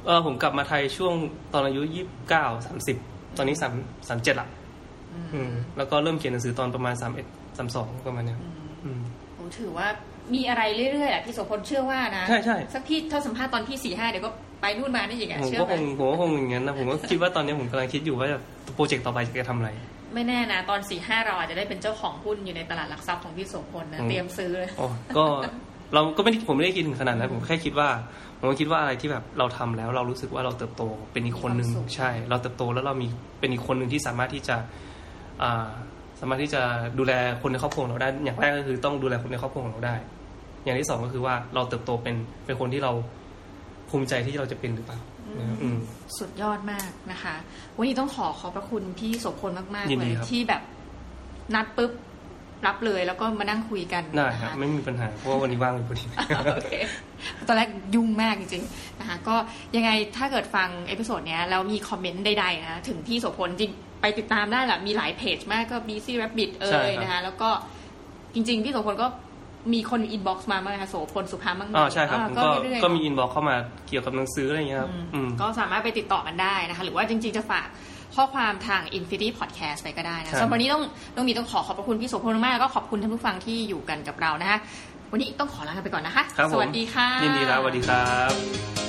เออผมกลับมาไทยช่วงตอนอายุยี่สิบเก้า สามสิบตอนนี้สาม สามสิบเจ็ดละอืมแล้วก็เริ่มเขียนหนังสือตอนประมาณสามสิบเอ็ด สามสิบสองประมาณเนี้ยอืมผมถือว่ามีอะไรเรื่อยๆแหละพี่โสพลเชื่อว่านะใช่ๆสักพี่ถ้าสัมภาษณ์ตอนพี่ สี่ห้าเดี๋ยวก็ไปนู่นมาได้อีกอ่ะเชื่อมั้ยผมก็คงผมก็คงอย่างนั้นนะผมก็คิดว่าตอนนี้ผมกำลังคิดอยู่ว่าโปรเจกต์ต่อไปจะทำอะไรไม่แน่นะตอน สี่ห้าเราอาจจะได้เป็นเจ้าของหุ้นอยู่ในตลาดหลักทรัพย์ของพี่โสพลนะเตรียมซื้อเลยอ๋อก็เราก็ไม่ได้ผมไม่ได้คิดถึงขนาดนั้นผมแค่คิดว่าผมคิดว่าอะไรที่แบบเราทำแล้วเรารู้สึกว่าเราเติบโตเป็นอีกคนนึงใช่เราเติบโตแล้วเรามีเป็นอีกคนนึงที่สามารถที่จะอ่าสามารถที่จะดูแลคนในครอบครัวเราได้อย่างแรกก็คือต้องดูแลคนในครอบครัวของเราได้อย่างที่สองก็คือว่าเราเติบโตเป็นเป็นคนที่เราภูมิใจที่เราจะเป็นหรือเปล่าสุดยอดมากนะคะวันนี้ต้องขอขอบพระคุณพี่โสพลมากๆเลยที่แบบนัดปุ๊บรับเลยแล้วก็มานั่งคุยกันได้ครับไม่มีปัญหาเพราะว่าวันนี้ว่างอยู่พอดีโอเคตอนแรกยุ่งมากจริงๆนะคะก็ยังไงถ้าเกิดฟังเอพิโซดเนี้ยแล้วมีคอมเมนต์ใดๆนะถึงพี่โสพลจริงไปติดตามได้แหละมีหลายเพจมากก็ Busy Rabbit เอ่ยนะคะแล้วก็จริงๆพี่โสพลก็มีคนอินบ็อกซ์มาบ้างนะคะโสพลสุภาพมั่งมีอ๋อใช่ครับก็ก็มีอินบ็อกซ์เข้ามาเกี่ยวกับหนังสืออะไรอย่างเงี้ยครับก็สามารถไปติดต่อกันได้นะคะหรือว่าจริงๆจะฝากข้อความทาง Infinity Podcast ไปก็ได้นะสำหรับวันนี้ต้องต้องมีต้องขอขอบพระคุณพี่โสพลมากแล้วก็ขอบคุณท่านผู้ฟังที่อยู่กันกับเรานะคะวันนี้ต้องขอลาไปก่อนนะคะสวัสดีค่ะยินดีครับสวัสดีครับ